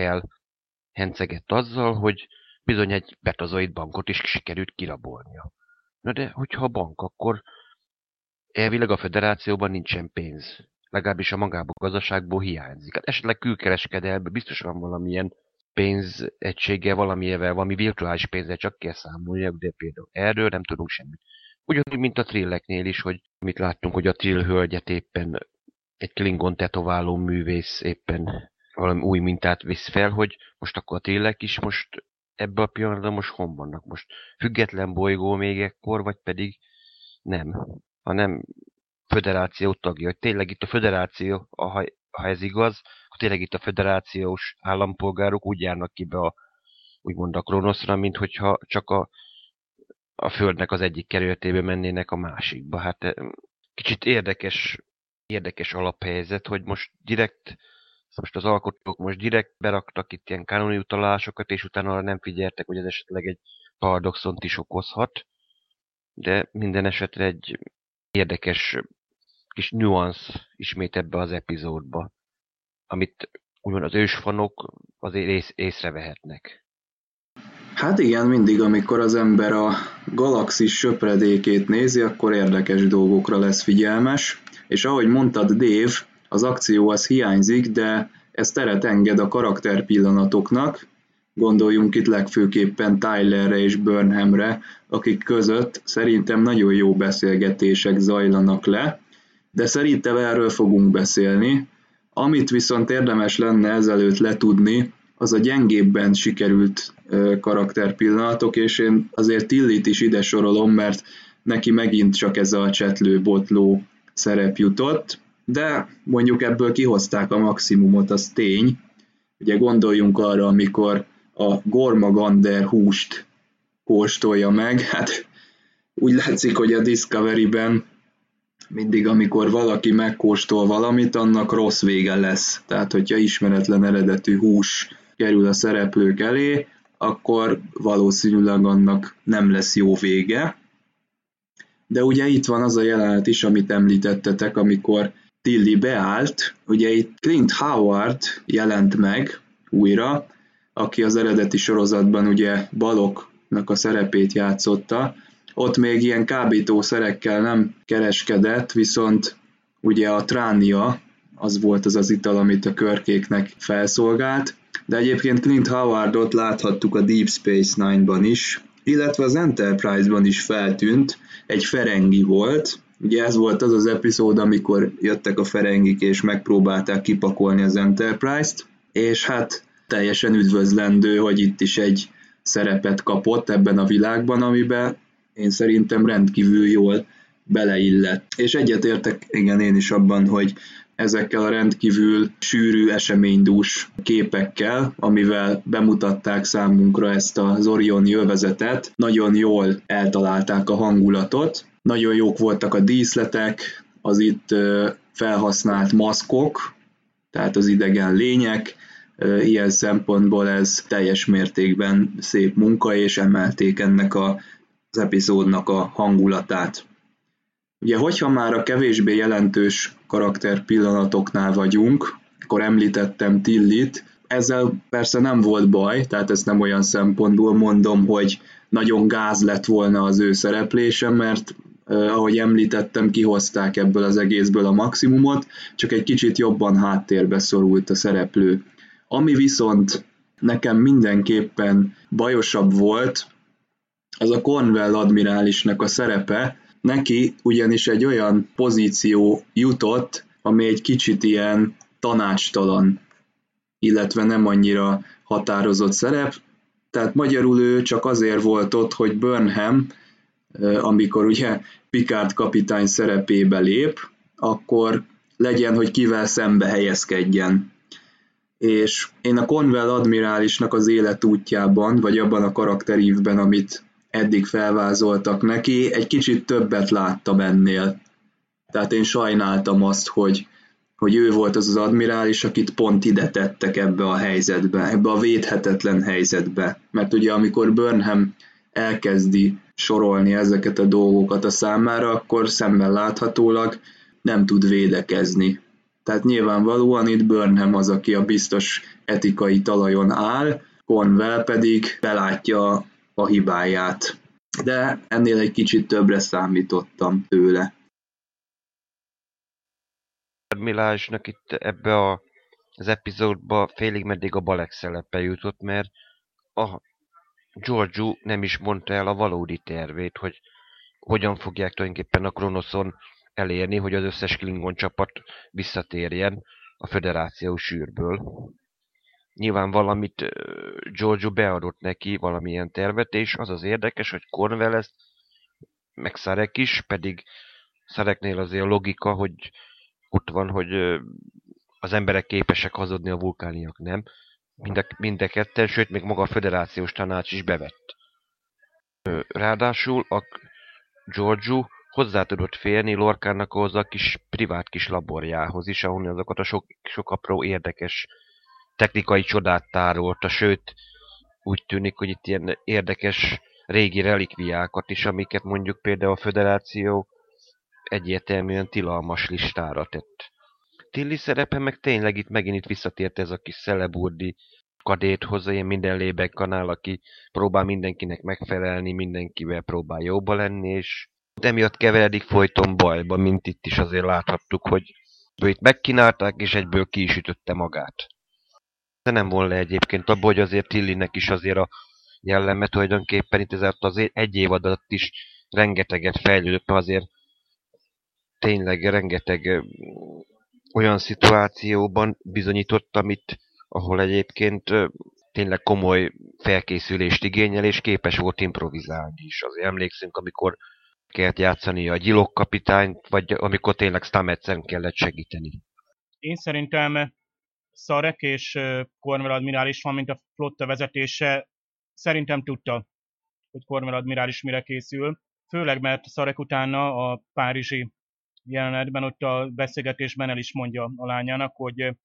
elhencegett azzal, hogy bizony egy betazoid bankot is sikerült kirabolnia. Na de, hogyha a bank, akkor elvileg a föderációban nincsen pénz. Legalábbis a magából gazdaságból hiányzik. Hát esetleg külkereskedelme biztos van valamilyen pénzegységgel, valamilyevel, valami virtuális pénzzel csak kell számolni, de például erről nem tudunk semmit. Ugyanúgy, mint a Trilleknél is, hogy mit láttunk, hogy a Trill hölgyet éppen egy Klingon tetováló művész éppen valami új mintát visz fel, hogy most akkor a Trillek is most ebben a pillanatban most hon vannak? Most független bolygó még ekkor, vagy pedig nem, hanem föderáció tagja. Hogy tényleg itt a föderáció, ha, ha ez igaz, akkor tényleg itt a föderációs állampolgárok úgy járnak ki be a, úgymond a Kronoszra, mint hogyha csak a, a Földnek az egyik kerületébe mennének a másikba. Hát kicsit érdekes, érdekes alaphelyzet, hogy most direkt, most az alkotók most direkt beraktak itt ilyen kanoni utalásokat, és utána arra nem figyeltek, hogy ez esetleg egy paradoxont is okozhat. De minden esetre egy érdekes kis nüansz ismét ebbe az epizódba, amit úgymond az ősfanok azért ész, észrevehetnek. Hát igen, mindig, amikor az ember a galaxis söpredékét nézi, akkor érdekes dolgokra lesz figyelmes, és ahogy mondtad, Dave, az akció az hiányzik, de ez teret enged a karakterpillanatoknak. Gondoljunk itt legfőképpen Tylerre és Burnhamre, akik között szerintem nagyon jó beszélgetések zajlanak le, de szerintem erről fogunk beszélni. Amit viszont érdemes lenne ezelőtt letudni, az a gyengébben sikerült karakterpillanatok, és én azért Tillit is ide sorolom, mert neki megint csak ez a csetlő-botló szerep jutott, de mondjuk ebből kihozták a maximumot, az tény. Ugye gondoljunk arra, amikor a Gormagander húst kóstolja meg, hát úgy látszik, hogy a Discovery-ben mindig, amikor valaki megkóstol valamit, annak rossz vége lesz. Tehát, hogyha ismeretlen eredetű hús kerül a szereplők elé, akkor valószínűleg annak nem lesz jó vége. De ugye itt van az a jelenet is, amit említettetek, amikor Tilly beállt, ugye itt Clint Howard jelent meg újra, aki az eredeti sorozatban ugye Balognak a szerepét játszotta. Ott még ilyen kábítószerekkel nem kereskedett, viszont ugye a Tránia, az volt az az ital, amit a körkéknek felszolgált, de egyébként Clint Howardot láthattuk a Deep Space Nine-ban is, illetve az Enterprise-ban is feltűnt, egy ferengi volt. Ugye ez volt az az epizód, amikor jöttek a ferengik és megpróbálták kipakolni az Enterprise-t, és hát teljesen üdvözlendő, hogy itt is egy szerepet kapott ebben a világban, amiben én szerintem rendkívül jól beleillett. És egyetértek, igen, én is abban, hogy ezekkel a rendkívül sűrű, eseménydús képekkel, amivel bemutatták számunkra ezt az Orion jövezetet, nagyon jól eltalálták a hangulatot, nagyon jók voltak a díszletek, az itt felhasznált maszkok, tehát az idegen lények, ilyen szempontból ez teljes mértékben szép munka, és emelték ennek a, az epizódnak a hangulatát. Ugye, hogyha már a kevésbé jelentős karakter pillanatoknál vagyunk, akkor említettem Tillit, ezzel persze nem volt baj, tehát ezt nem olyan szempontból mondom, hogy nagyon gáz lett volna az ő szereplése, mert eh, ahogy említettem, kihozták ebből az egészből a maximumot, csak egy kicsit jobban háttérbe szorult a szereplő. Ami viszont nekem mindenképpen bajosabb volt, az a Cornwell admirálisnak a szerepe. Neki ugyanis egy olyan pozíció jutott, ami egy kicsit ilyen tanácstalan, illetve nem annyira határozott szerep. Tehát magyarul ő csak azért volt ott, hogy Burnham amikor ugye Picard kapitány szerepébe lép, akkor legyen, hogy kivel szembe helyezkedjen. És én a Cornwell admirálisnak az életútjában, vagy abban a karakterívben, amit eddig felvázoltak neki, egy kicsit többet láttam ennél. Tehát én sajnáltam azt, hogy, hogy ő volt az az admirális, akit pont ide tettek ebbe a helyzetbe, ebbe a védhetetlen helyzetbe. Mert ugye amikor Burnham elkezdi sorolni ezeket a dolgokat a számára, akkor szemmel láthatólag nem tud védekezni. Tehát nyilvánvalóan itt Burnham az, aki a biztos etikai talajon áll, Cornwell pedig belátja a hibáját. De ennél egy kicsit többre számítottam tőle. Milásnak itt ebbe a, az epizódba félig meddig a Balek szelepe jutott, mert a Georgiou nem is mondta el a valódi tervét, hogy hogyan fogják tulajdonképpen a Kronoszon elérni, hogy az összes Klingon csapat visszatérjen a föderációs űrből. Nyilván valamit Georgiou beadott neki, valamilyen tervet, és az az érdekes, hogy Cornwell ezt, meg Sarek is, pedig Sareknél azért a logika, hogy ott van, hogy az emberek képesek hazudni, a vulkániak nem. Mind a, mind a ketten, sőt, még maga a föderációs tanács is bevett. Ráadásul a Georgiou hozzá tudott férni Lorcának ahhoz a kis privát kis laborjához is, ahol azokat a sok, sok apró érdekes technikai csodát tárolta, sőt, úgy tűnik, hogy itt ilyen érdekes régi relikviákat is, amiket mondjuk például a föderáció egyértelműen tilalmas listára tett. Tilly szerepe meg tényleg itt megint itt visszatért ez a kis szeleburdi kadéthoz, ilyen minden lébekkanál, aki próbál mindenkinek megfelelni, mindenkivel próbál jóba lenni, és emiatt keveredik folyton bajba, mint itt is azért láthattuk, hogy ő itt megkínálták, és egyből ki is ütötte magát. De nem von le egyébként abból, hogy azért Tillynek is azért a jelleme tulajdonképpen itt ezért az egy év alatt is rengeteget fejlődött, mert azért tényleg rengeteg olyan szituációban bizonyított, amit, ahol egyébként tényleg komoly felkészülést igényel, és képes volt improvizálni is. Azért emlékszünk, amikor kellett játszani a gyilok kapitányt, vagy amikor tényleg Stametszen kellett segíteni. Én szerintem Sarek és Cornwell admirális van, mint a flotta vezetése, szerintem tudta, hogy Cornwell admirális mire készül. Főleg, mert Sarek utána a párizsi jelenetben, ott a beszélgetésben el is mondja a lányának, hogy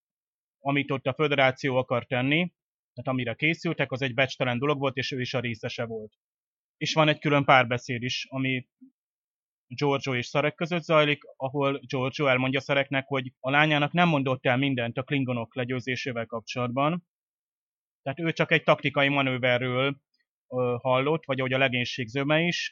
amit ott a föderáció akar tenni, tehát amire készültek, az egy becstelen dolog volt, és ő is a részese volt. És van egy külön párbeszéd is, ami Georgiou és Sarek között zajlik, ahol Georgiou elmondja Sareknek, hogy a lányának nem mondott el mindent a klingonok legyőzésével kapcsolatban, tehát ő csak egy taktikai manőverről hallott, vagy ahogy a legénység zöme is,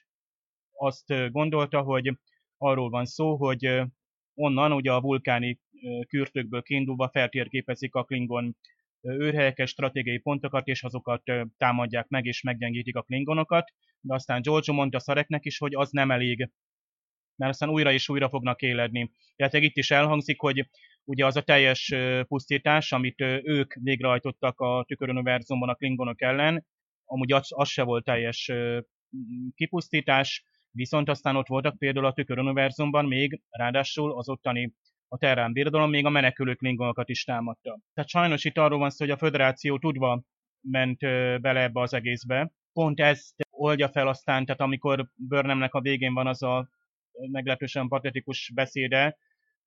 azt gondolta, hogy arról van szó, hogy onnan ugye a vulkáni kürtőkből kiindulva feltérképezik a Klingon őrhelyeket, stratégiai pontokat, és azokat támadják meg, és meggyengítik a Klingonokat, de aztán Georgiou mondta Sareknek is, hogy az nem elég, mert aztán újra és újra fognak éledni. Tehát itt is elhangzik, hogy ugye az a teljes pusztítás, amit ők végrehajtottak a tüköruniverzumban a Klingonok ellen, amúgy az, az se volt teljes kipusztítás, viszont aztán ott voltak például a tüköruniverzumban még, ráadásul az ottani a Terrán birodalom még a menekülő klingonokat is támadta. Tehát sajnos itt arról van szó, hogy a föderáció tudva ment bele ebbe az egészbe. Pont ezt oldja fel aztán, tehát amikor Burnhamnek a végén van az a meglehetősen patetikus beszéde,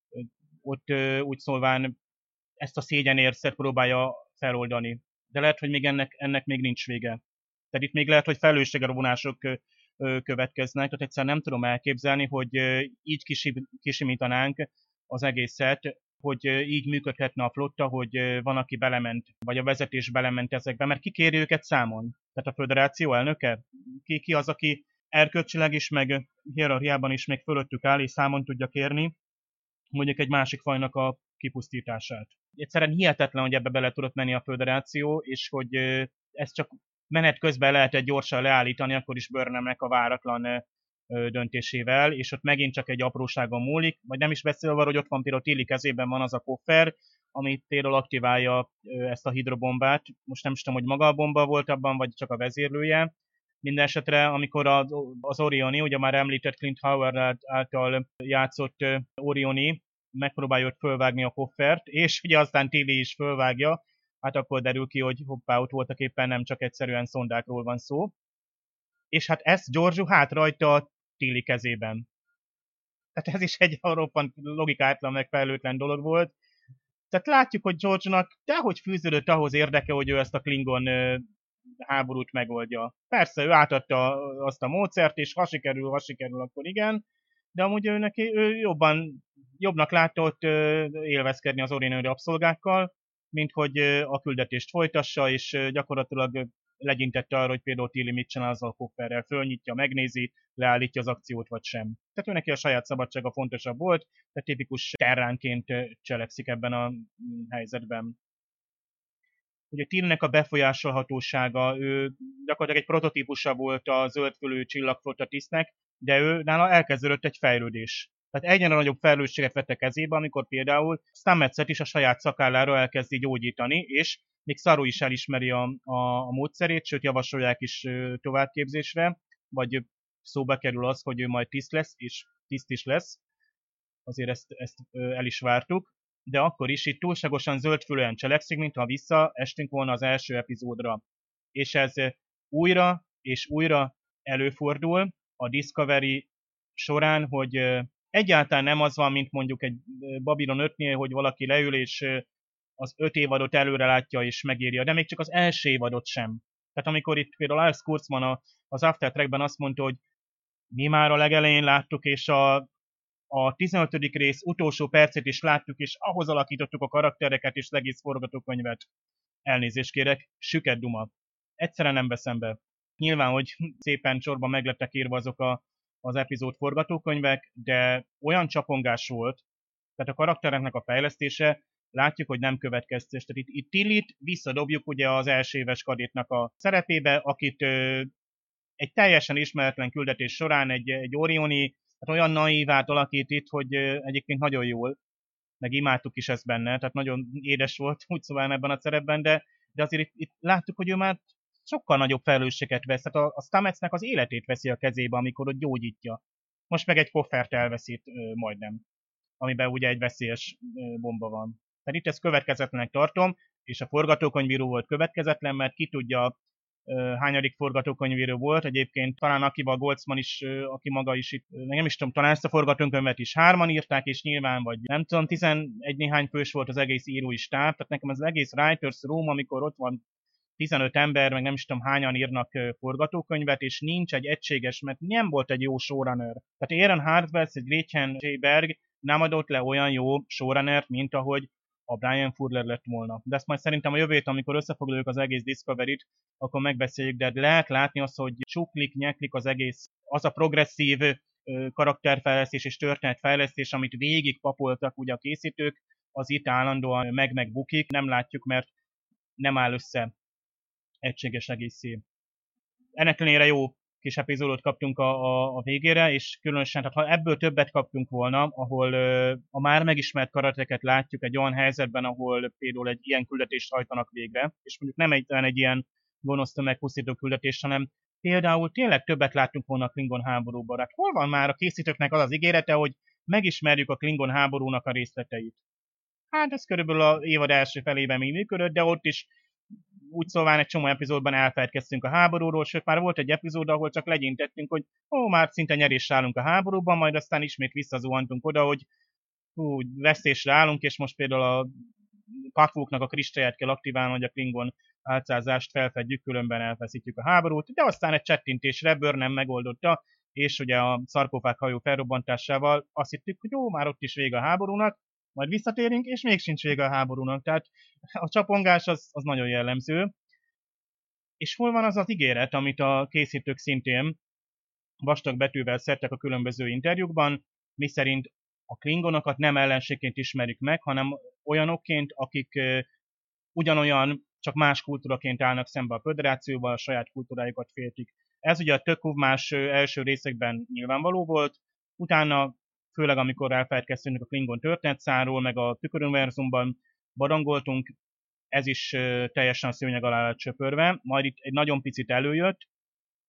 ott úgy szólván ezt a szégyenérzet próbálja feloldani. De lehet, hogy még ennek, ennek még nincs vége. Tehát itt még lehet, hogy felelősségre vonások következnek, tehát egyszerűen nem tudom elképzelni, hogy így kisimítanánk az egészet, hogy így működhetne a flotta, hogy van, aki belement, vagy a vezetés belement ezekbe, mert ki kéri őket számon? Tehát a föderáció elnöke? Ki, ki az, aki erkölcsileg is, meg hierarchiában is még fölöttük áll, és számon tudja kérni mondjuk egy másik fajnak a kipusztítását. Egyszerűen hihetetlen, hogy ebbe bele tudott menni a föderáció, és hogy ez csak menet közben lehetett gyorsan leállítani, akkor is Burnhamnek a váratlan döntésével, és ott megint csak egy apróságon múlik, vagy nem is beszélve, hogy ott van például Tilly kezében van az a koffer, ami például aktiválja ezt a hidrobombát. Most nem is tudom, hogy maga a bomba volt abban, vagy csak a vezérlője, Minden esetre, amikor az, az Orioni, ugye már említett Clint Howard által játszott Orioni megpróbálja ott fölvágni a koffert, és ugye aztán Tilly is fölvágja, hát akkor derül ki, hogy hoppá, ott voltak éppen nem csak egyszerűen szondákról van szó. És hát ezt Giorgio hát rajta a Tilly kezében. Tehát ez is egy roppant logikátlan, meg fejlőtlen dolog volt. Tehát látjuk, hogy George-nak dehogy fűződött ahhoz érdeke, hogy ő ezt a Klingon háborút megoldja. Persze, ő átadta azt a módszert, és ha sikerül, ha sikerül, akkor igen, de amúgy ő neki ő jobban, jobbnak látta ott élvezkedni az Orioni rabszolgákkal, mint hogy a küldetést folytassa, és gyakorlatilag legyintette arra, hogy például Tilly mit csinál azzal a kofferrel, fölnyitja, megnézi, leállítja az akciót, vagy sem. Tehát ő neki a saját szabadsága fontosabb volt, tehát tipikus terránként cselekszik ebben a helyzetben. Ugye Tillynek a befolyásolhatósága, ő gyakorlatilag egy prototípusa volt a zöldfülű csillagflotta tisztnek, de ő nála elkezdődött egy fejlődés. Tehát egyre nagyobb felelősséget vette kezébe, amikor például Stammetset is a saját szakállára elkezdi gyógyítani, és még Saru is elismeri a, a, a módszerét, sőt javasolják is továbbképzésre, vagy szóba kerül az, hogy ő majd tiszt lesz, és tiszt is lesz. Azért ezt, ezt el is vártuk. De akkor is itt túlságosan zöldfülően cselekszik, mintha visszaestünk volna az első epizódra. És ez újra és újra előfordul a Discovery során, hogy egyáltalán nem az van, mint mondjuk egy Babylon ötnél, hogy valaki leül és az öt évadot előre látja és megírja, de még csak az első évadot sem. Tehát amikor itt például Alex Kurtzman az After Trackben azt mondta, hogy mi már a legelején láttuk, és a a tizenötödik rész utolsó percét is láttuk, és ahhoz alakítottuk a karaktereket és az egész forgatókönyvet. Elnézést kérek, süket duma. Egyszerűen nem veszem be. Nyilván, hogy szépen sorban meglettek írva azok a, az epizód forgatókönyvek, de olyan csapongás volt, tehát a karaktereknek a fejlesztése, látjuk, hogy nem következtes. Tehát itt, itt Tillit visszadobjuk ugye az első éves kadétnak a szerepébe, akit ö, egy teljesen ismeretlen küldetés során egy, egy Orioni, hát olyan naívát alakít itt, hogy egyébként nagyon jól, meg imádtuk is ezt benne, tehát nagyon édes volt úgy szóval ebben a szerepben, de, de azért itt, itt láttuk, hogy ő már sokkal nagyobb felelősséget vesz, tehát a, a Stametsnek az életét veszi a kezébe, amikor ott gyógyítja. Most meg egy koffert elveszít majdnem, amiben ugye egy veszélyes bomba van. Tehát itt ezt következetlenek tartom, és a forgatókönyvíró volt következetlen, mert ki tudja, hányadik forgatókönyvíró volt, egyébként talán akival Goldsman is, aki maga is itt, nem is tudom, talán ezt a forgatókönyvet is hárman írták, és nyilván, vagy nem tudom, tizenegy néhány fős volt az egész írói stáb, tehát nekem az egész Writers Room, amikor ott van tizenöt ember, meg nem is tudom hányan írnak forgatókönyvet, és nincs egy egységes, mert nem volt egy jó showrunner. Tehát Aaron Hartwell, egy Gretchen J. Berg nem adott le olyan jó showrunnert, mint ahogy a Brian Fuller lett volna. De ezt majd szerintem a jövő héten, amikor összefoglaljuk az egész Discovery-t, akkor megbeszéljük, de lehet látni azt, hogy csuklik, nyeklik az egész, az a progresszív karakterfejlesztés és történetfejlesztés, amit végig papoltak ugye a készítők, az itt állandóan meg-megbukik, nem látjuk, mert nem áll össze egységes egészé. Ennek ellenére jó kis epizódot kaptunk a, a, a végére, és különösen, tehát ha ebből többet kaptunk volna, ahol ö, a már megismert karaktereket látjuk egy olyan helyzetben, ahol például egy ilyen küldetést hajtanak végre, és mondjuk nem egy, egy ilyen gonosz tömegpusztító küldetés, hanem például tényleg többet láttunk volna a Klingon háborúban. Hát hol van már a készítőknek az az ígérete, hogy megismerjük a Klingon háborúnak a részleteit? Hát ez körülbelül az évad első felében még működött, de ott is úgy szóval egy csomó epizódban elfelejtkeztünk a háborúról, sőt már volt egy epizód, ahol csak legyintettünk, hogy ó, már szinte nyerésre állunk a háborúban, majd aztán ismét visszazuhantunk oda, hogy hú, vesztésre állunk, és most például a pakvóknak a kristályát kell aktiválni, hogy a Klingon álcázást felfedjük, különben elfeszítjük a háborút, de aztán egy csettintésre Burnham megoldotta, és ugye a szarkofág hajó felrobbantásával azt hittük, hogy jó, már ott is vége a háborúnak, majd visszatérünk, és még sincs vége a háborúnak. Tehát a csapongás az, az nagyon jellemző. És hol van az az ígéret, amit a készítők szintén vastag betűvel szedtek a különböző interjúkban, miszerint a klingonokat nem ellenségként ismerjük meg, hanem olyanokként, akik uh, ugyanolyan, csak más kultúraként állnak szembe a föderációval, a saját kultúrájukat féltik. Ez ugye a tök más első részekben nyilvánvaló volt, utána főleg amikor elfelejtkeztünk a Klingon történetszáról, meg a tüköruniverzumban barangoltunk, ez is teljesen a szőnyeg alá lett söpörve, majd itt egy nagyon picit előjött,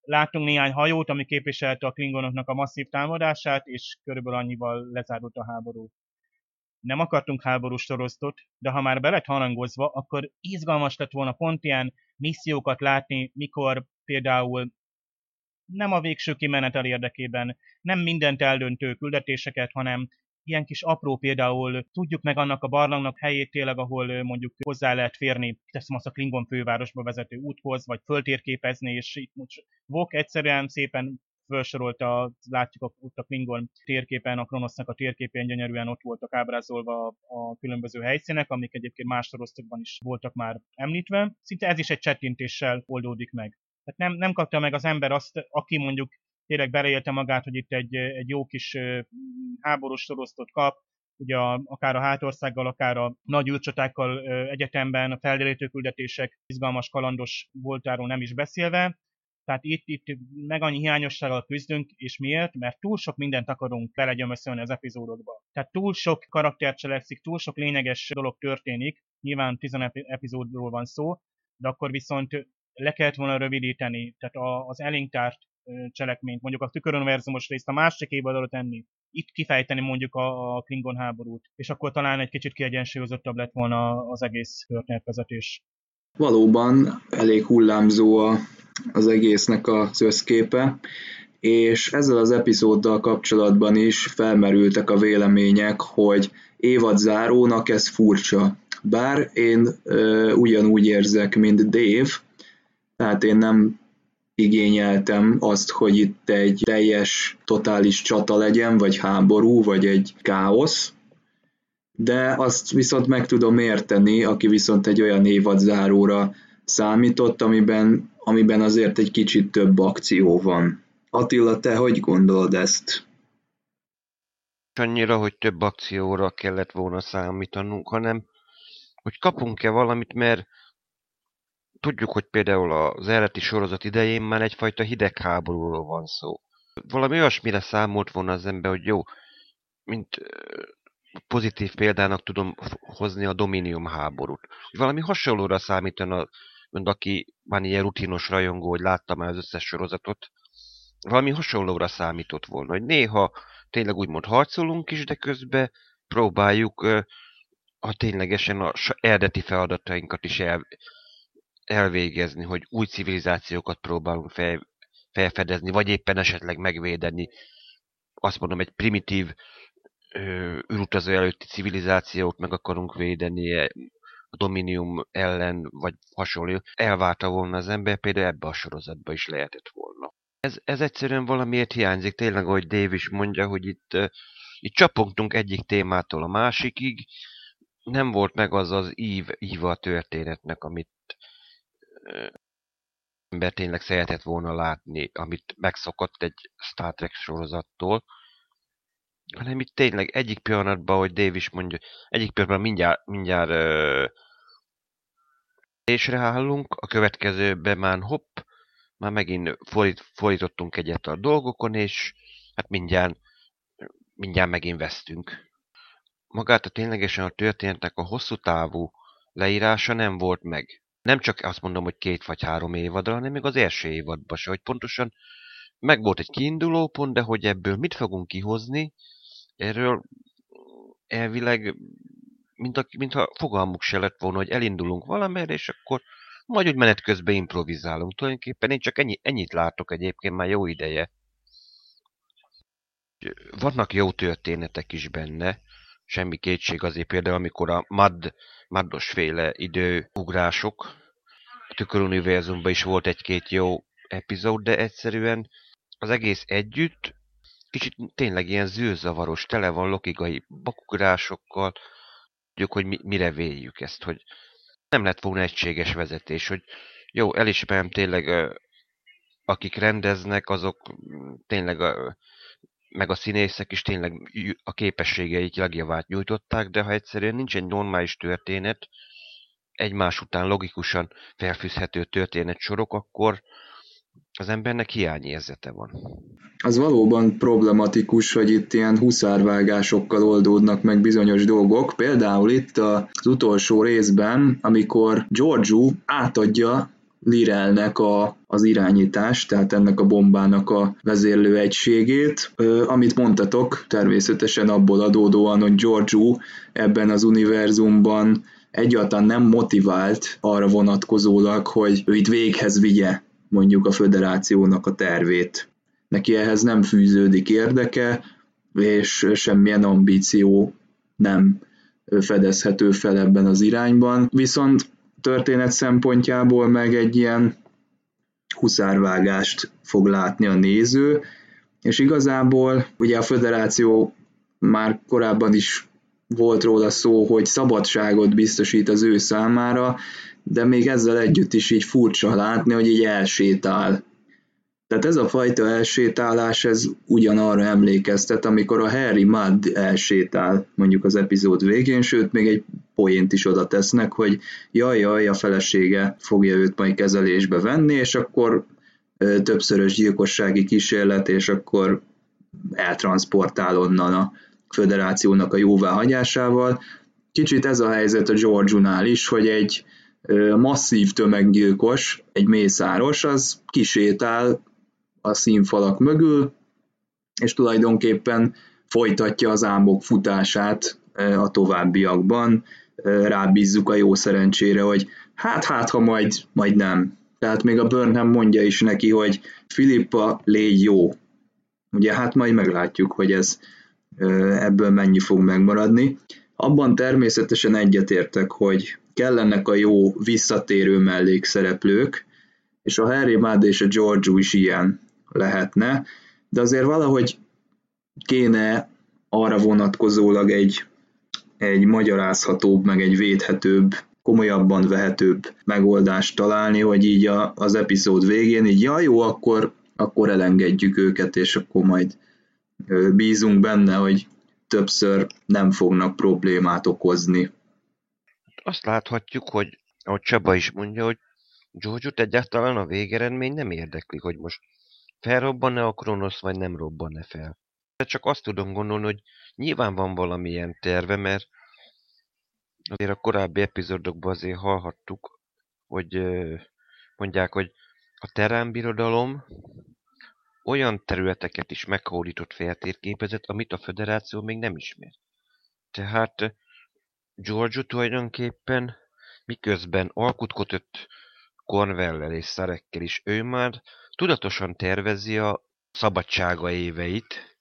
Láttunk néhány hajót, ami képviselte a klingonoknak a masszív támadását, és körülbelül annyival lezárult a háború. Nem akartunk háborús sorozatot, de ha már be lett harangozva, akkor izgalmas lett volna pont ilyen missziókat látni, mikor például nem a végső kimenetel érdekében, nem mindent eldöntő küldetéseket, hanem ilyen kis apró, például tudjuk meg annak a barlangnak helyét tényleg, ahol mondjuk hozzá lehet férni, teszem azt a Klingon fővárosba vezető úthoz, vagy föltérképezni, és itt most Vok egyszerűen szépen felsorolta, látjuk ott a Klingon térképen, a Kronosznak a térképén gyönyörűen ott voltak ábrázolva a különböző helyszínek, amik egyébként más sorozatokban is voltak már említve. Szinte ez is egy csettintéssel oldódik meg. Tehát nem, nem kapta meg az ember azt, aki mondjuk tényleg beleélte magát, hogy itt egy, egy jó kis háborús sorozatot kap, ugye a, akár a hátországgal, akár a nagy űrcsatákkal egyetemben, a felderítő küldetések izgalmas kalandos voltáról nem is beszélve. Tehát itt, itt meg annyi hiányossággal küzdünk, és miért? Mert túl sok mindent akarunk belegyömöszölni az epizódokba. Tehát túl sok karakter cselekszik, túl sok lényeges dolog történik, nyilván tizenegy epizódról van szó, de akkor viszont le kellett volna rövidíteni, tehát az elénk tárt cselekményt, mondjuk a tüköruniverzumos részt a másik évadra tenni, itt kifejteni mondjuk a, a Klingon háborút, és akkor talán egy kicsit kiegyensúlyozottabb lett volna az egész történetvezetés. Valóban elég hullámzó az egésznek az összképe, és ezzel az epizóddal kapcsolatban is felmerültek a vélemények, hogy évadzárónak ez furcsa. Bár én ö, ugyanúgy érzek, mint Dave, tehát én nem igényeltem azt, hogy itt egy teljes, totális csata legyen, vagy háború, vagy egy káosz, de azt viszont meg tudom érteni, aki viszont egy olyan évadzáróra számított, amiben, amiben azért egy kicsit több akció van. Attila, te hogy gondolod ezt? Annyira, hogy több akcióra kellett volna számítanunk, hanem hogy kapunk-e valamit, mert tudjuk, hogy például az eredeti sorozat idején már egyfajta hidegháborúról van szó. Valami olyasmire számolt volna az ember, hogy jó, mint pozitív példának tudom hozni a Dominium háborút. Valami hasonlóra számítana, mint aki van ilyen rutinos rajongó, hogy látta már az összes sorozatot, valami hasonlóra számított volna, hogy néha tényleg úgymond harcolunk is, de közben próbáljuk a ténylegesen a eredeti feladatainkat is el, elvégezni, hogy új civilizációkat próbálunk fel, felfedezni, vagy éppen esetleg megvédeni, azt mondom, egy primitív űrutazó előtti civilizációt meg akarunk védeni a Dominium ellen, vagy hasonló. Elvárta volna az ember, például ebbe a sorozatba is lehetett volna. Ez, ez egyszerűen valamiért hiányzik, tényleg, ahogy Dave is mondja, hogy itt, uh, itt csapongtunk egyik témától a másikig, nem volt meg az az ív, íva a történetnek, amit uh, ember tényleg szeretett volna látni, amit megszokott egy Star Trek sorozattól, hanem itt tényleg egyik pillanatban, hogy Dave is mondja, egyik pillanatban mindjárt, mindjárt uh,ésre állunk, a következőben már hopp, már megint fordít, fordítottunk egyet a dolgokon, és hát mindjárt, mindjárt megint vesztünk. Magát a ténylegesen a történetnek a hosszú távú leírása nem volt meg. Nem csak azt mondom, hogy két vagy három évadra, hanem még az első évadban se, hogy pontosan meg volt egy kiinduló pont, de hogy ebből mit fogunk kihozni, erről elvileg, mint a, mintha fogalmuk se lett volna, hogy elindulunk valamerre, és akkor majd úgy menet közben improvizálunk. Tulajdonképpen én csak ennyi, ennyit látok egyébként már jó ideje. Vannak jó történetek is benne, semmi kétség azért például, amikor a Mad, Maddos féle időugrások, a tüköruniverzumban is volt egy-két jó epizód, de egyszerűen az egész együtt kicsit tényleg ilyen zűrzavaros, tele van logikai bakugrásokkal, tudjuk, hogy mi, mire véljük ezt, hogy nem lett volna egységes vezetés, hogy jó, elismerem tényleg, akik rendeznek, azok tényleg, meg a színészek is tényleg a képességeik legjavát nyújtották, de ha egyszerűen nincs egy normális történet, egymás után logikusan felfűzhető történetsorok, akkor az embernek hiányérzete van. Az valóban problematikus, hogy itt ilyen huszárvágásokkal oldódnak meg bizonyos dolgok. Például itt az utolsó részben, amikor Georgiou átadja Lirelnek a, az irányítást, tehát ennek a bombának a vezérlő egységét. Amit mondtatok, természetesen abból adódóan, hogy Georgiou ebben az univerzumban egyáltalán nem motivált arra vonatkozólag, hogy ő itt véghez vigye mondjuk a föderációnak a tervét. Neki ehhez nem fűződik érdeke, és semmilyen ambíció nem fedezhető fel ebben az irányban. Viszont történet szempontjából meg egy ilyen huszárvágást fog látni a néző, és igazából ugye a föderáció már korábban is volt róla szó, hogy szabadságot biztosít az ő számára, de még ezzel együtt is így furcsa látni, hogy így elsétál. Tehát ez a fajta elsétálás, ez ugyanarra emlékeztet, amikor a Harry Mudd elsétál mondjuk az epizód végén, sőt még egy poént is oda tesznek, hogy jaj, jaj, a felesége fogja őt majd kezelésbe venni, és akkor ö, többszörös gyilkossági kísérlet, és akkor eltranszportál onnan a föderációnak a jóváhagyásával. Kicsit ez a helyzet a Georgiou-nál is, hogy egy ö, masszív tömeggyilkos, egy mészáros, az kisétál a színfalak mögül, és tulajdonképpen folytatja az álmok futását a továbbiakban. Rábízzuk a jó szerencsére, hogy hát, hát, ha majd, majd nem. Tehát még a Burnham mondja is neki, hogy Philippa, légy jó. Ugye hát majd meglátjuk, hogy ez ebből mennyi fog megmaradni. Abban természetesen egyetértek, hogy kellenek a jó visszatérő mellékszereplők, és a Harry Mudd és a Georgiou is ilyen lehetne, de azért valahogy kéne arra vonatkozólag egy, egy magyarázhatóbb, meg egy védhetőbb, komolyabban vehetőbb megoldást találni, hogy így a, az epizód végén így, ja jó, akkor, akkor elengedjük őket, és akkor majd bízunk benne, hogy többször nem fognak problémát okozni. Azt láthatjuk, hogy ahogy Csaba is mondja, hogy Georgiou-t egyáltalán a végeredmény nem érdekli, hogy most felrobban-e a Kronosz, vagy nem robban-e fel. De csak azt tudom gondolni, hogy nyilván van valamilyen terve, mert azért a korábbi epizódokban azért hallhattuk, hogy mondják, hogy a Terán birodalom olyan területeket is meghódított, feltérképezett, amit a föderáció még nem ismer. Tehát Georgiou tulajdonképpen miközben alkut kötött Cornwell-lel és Sarekkel is, ő már tudatosan tervezi a szabadsága éveit,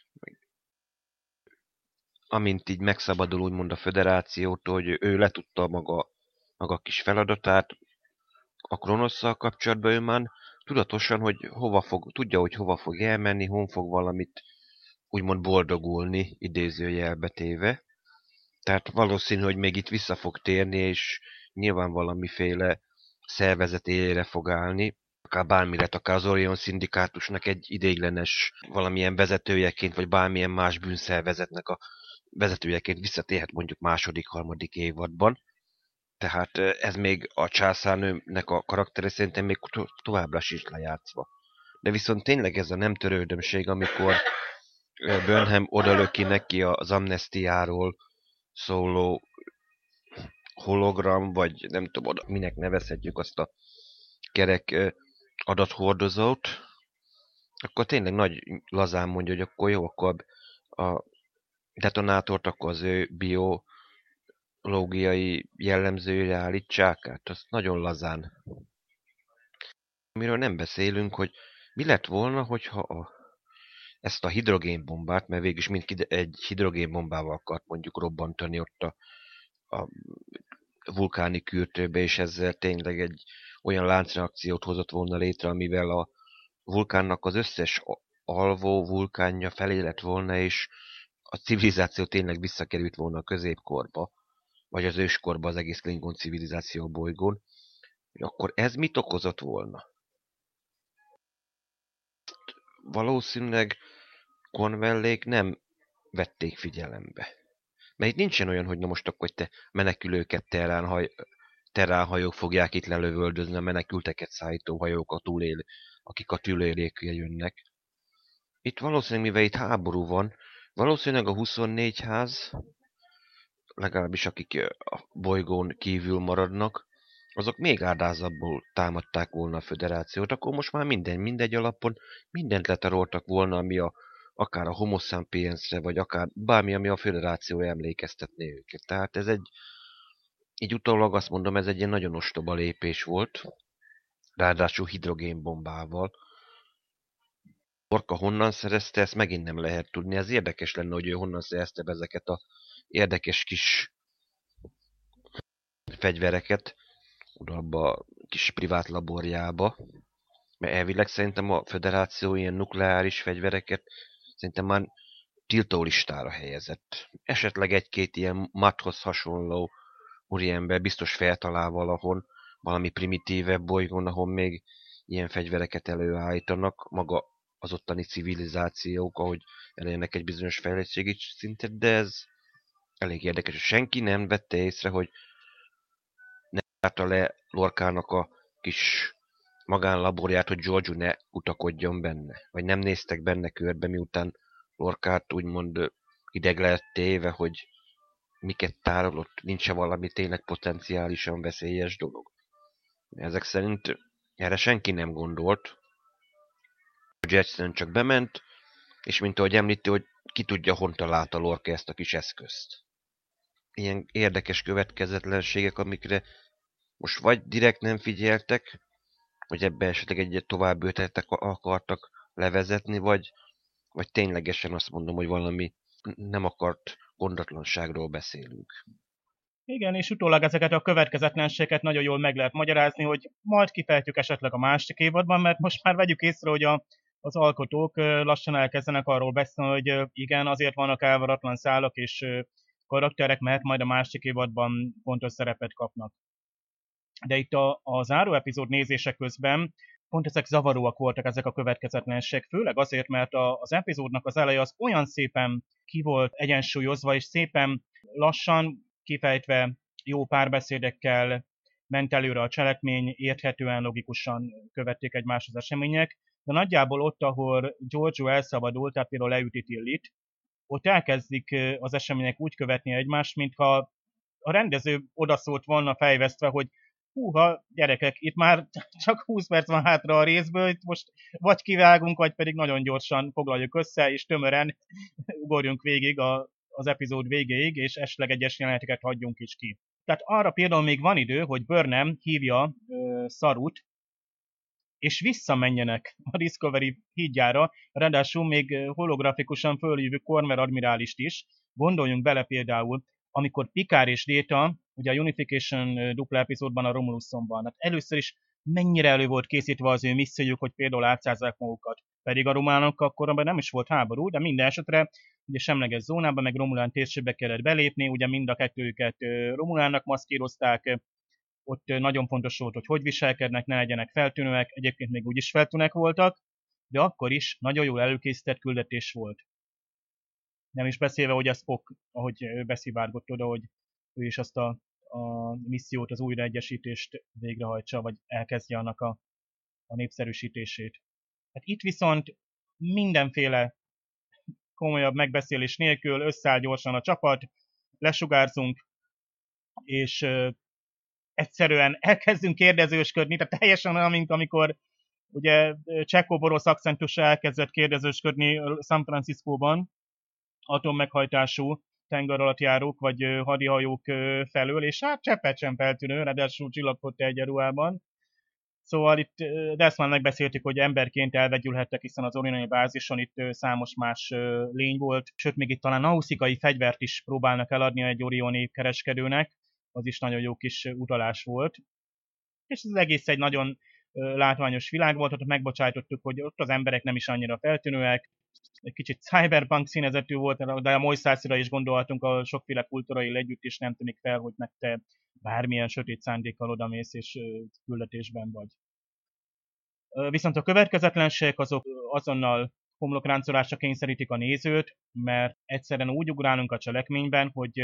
amint így megszabadul úgymond a föderációtól, hogy ő letudta maga, maga kis feladatát a Kronosszal kapcsolatban, ő már tudatosan, hogy hova fog, tudja, hogy hova fog elmenni, hon fog valamit úgymond boldogulni, idézőjelbe téve. Tehát valószínű, hogy még itt vissza fog térni, és nyilván valamiféle szervezet élére fog állni, akár bármi lett, akár az Orion Szindikátusnak egy ideiglenes valamilyen vezetőjeként, vagy bármilyen más bűnszervezetnek a vezetőjeként visszatérhet mondjuk második, harmadik évadban. Tehát ez még a császárnőnek a karaktere szerintem még to- továbbra is lejátszva. De viszont tényleg ez a nem törődömség, amikor Burnham odalöki neki az amnestiáról szóló hologram, vagy nem tudom, minek nevezhetjük azt a kerek adathordozót, akkor tényleg nagy lazán mondja, hogy akkor jó, akkor a detonátort akkor az ő biológiai jellemzőire állítsák át. Azt nagyon lazán. Amiről nem beszélünk, hogy mi lett volna, hogyha a, ezt a hidrogénbombát, mert végülis mindki egy hidrogénbombával akart mondjuk robbantani ott a, a vulkáni kürtőbe, és ezzel tényleg egy olyan láncreakciót hozott volna létre, amivel a vulkánnak az összes alvó vulkánja felé lett volna, és a civilizáció tényleg visszakerült volna a középkorba, vagy az őskorba az egész Klingon civilizáció bolygón, akkor ez mit okozott volna? Valószínűleg Cornwellék nem vették figyelembe. Mert itt nincsen olyan, hogy na most akkor te menekülőket terránhaj, terránhajók fogják itt lelövöldözni, a menekülteket szállító hajók, a túlél, akik a túlélékre jönnek. Itt valószínűleg, mivel itt háború van, valószínűleg a huszonnégy ház, legalábbis akik a bolygón kívül maradnak, azok még áldázabbul támadták volna a föderációt, akkor most már minden mindegy alapon mindent letaroltak volna, ami a, akár a Homo sapiensre, vagy akár bármi, ami a föderáció emlékeztetné őket. Tehát ez egy, így utólag azt mondom, ez egy ilyen nagyon ostoba lépés volt, ráadásul hidrogénbombával. Lorca honnan szerezte, ezt megint nem lehet tudni. Ez érdekes lenne, hogy ő honnan szerezte be ezeket a érdekes kis fegyvereket oda abba a kis privát laborjába. Mert elvileg szerintem a föderáció ilyen nukleáris fegyvereket szerintem már tiltólistára helyezett. Esetleg egy-két ilyen Matthoz hasonló úriember biztos feltalál valahol, valami primitívebb bolygón, ahol még ilyen fegyvereket előállítanak, maga az ottani civilizációk, ahogy elérnek egy bizonyos fejlettségi szintet, de ez elég érdekes, hogy senki nem vette észre, hogy nem zárta le Lorcának a kis magánlaborját, hogy Georgiou ne utakodjon benne. Vagy nem néztek benne körbe, miután Lorcát úgymond ideg lett téve, hogy miket tárolott, nincs-e valami tényleg potenciálisan veszélyes dolog. Ezek szerint erre senki nem gondolt. George egyszerűen csak bement, és mint ahogy említi, hogy ki tudja, hon találta Lorca ezt a kis eszközt. Ilyen érdekes következetlenségek, amikre most vagy direkt nem figyeltek, hogy ebbe esetleg egyet tovább ötletek akartak levezetni, vagy, vagy ténylegesen azt mondom, hogy valami nem akart gondatlanságról beszélünk. Igen, és utólag ezeket a következetlenségeket nagyon jól meg lehet magyarázni, hogy majd kifejtjük esetleg a másik évadban, mert most már vegyük észre, hogy a, az alkotók lassan elkezdenek arról beszélni, hogy igen, azért vannak elvaratlan szálak és karakterek, mert majd a másik évadban fontos szerepet kapnak. De itt a, a záró epizód nézése közben pont ezek zavaróak voltak, ezek a következetlenségek, főleg azért, mert a, az epizódnak az eleje az olyan szépen ki volt egyensúlyozva, és szépen lassan kifejtve jó párbeszédekkel ment előre a cselekmény, érthetően, logikusan követték egymást az események, de nagyjából ott, ahol Georgiou elszabadult, tehát például leüti Tillit, ott elkezdik az események úgy követni egymást, mintha a rendező odaszólt volna fejvesztve, hogy húha, gyerekek, itt már csak húsz perc van hátra a részből, itt most vagy kivágunk, vagy pedig nagyon gyorsan foglaljuk össze, és tömören ugorjunk végig a, az epizód végéig, és esetleg egyes jeleneteket hagyjunk is ki. Tehát arra például még van idő, hogy Burnham hívja ö, Sarut, és visszamenjenek a Discovery hídjára, ráadásul még holografikusan fölhívjuk Cormer admirálist is. Gondoljunk bele például, amikor Picard és Data, ugye a Unification dupla epizódban a Romuluson van. Hát először is mennyire elő volt készítve az ő missziójuk, hogy például átszázzák magukat. Pedig a románok akkor nem is volt háború, de minden esetre ugye semleges zónába, meg Romulán térségbe kellett belépni, ugye mind a kettőjüket Romulánnak maszkírozták, ott nagyon fontos volt, hogy hogy viselkednek, ne legyenek feltűnőek, egyébként még úgyis feltűnőek voltak, de akkor is nagyon jól előkészített küldetés volt. Nem is beszélve, hogy a Spock, ahogy beszivárgott oda, hogy ő is azt a, a missziót, az újraegyesítést végrehajtsa, vagy elkezdje annak a, a népszerűsítését. Hát itt viszont mindenféle komolyabb megbeszélés nélkül összeáll gyorsan a csapat, lesugárzunk, és ö, egyszerűen elkezdünk kérdezősködni, tehát teljesen olyan, mint amikor ugye csekkó-borosz akcentussal elkezdett kérdezősködni San Franciscóban, atommeghajtású tengeralattjárók vagy hadihajók felől, és hát cseppet sem feltűnő, ráadásul csillagfotta egyenruhában. Szóval itt, de ezt már megbeszéltük, hogy emberként elvegyülhettek, hiszen az Orioni bázison itt számos más lény volt, sőt még itt talán nauszikai fegyvert is próbálnak eladni egy orioni kereskedőnek, az is nagyon jó kis utalás volt. És ez egész egy nagyon látványos világ volt, ott megbocsájtottuk, hogy ott az emberek nem is annyira feltűnőek, egy kicsit cyberpunk színezetű volt, de a Moisászra is gondolhatunk a sokféle kultúrai együtt, is nem tűnik fel, hogy meg te bármilyen sötét szándékkal odamész és küldetésben vagy. Viszont a következetlenségek azok azonnal homlokráncolásra kényszerítik a nézőt, mert egyszerűen úgy ugrálunk a cselekményben, hogy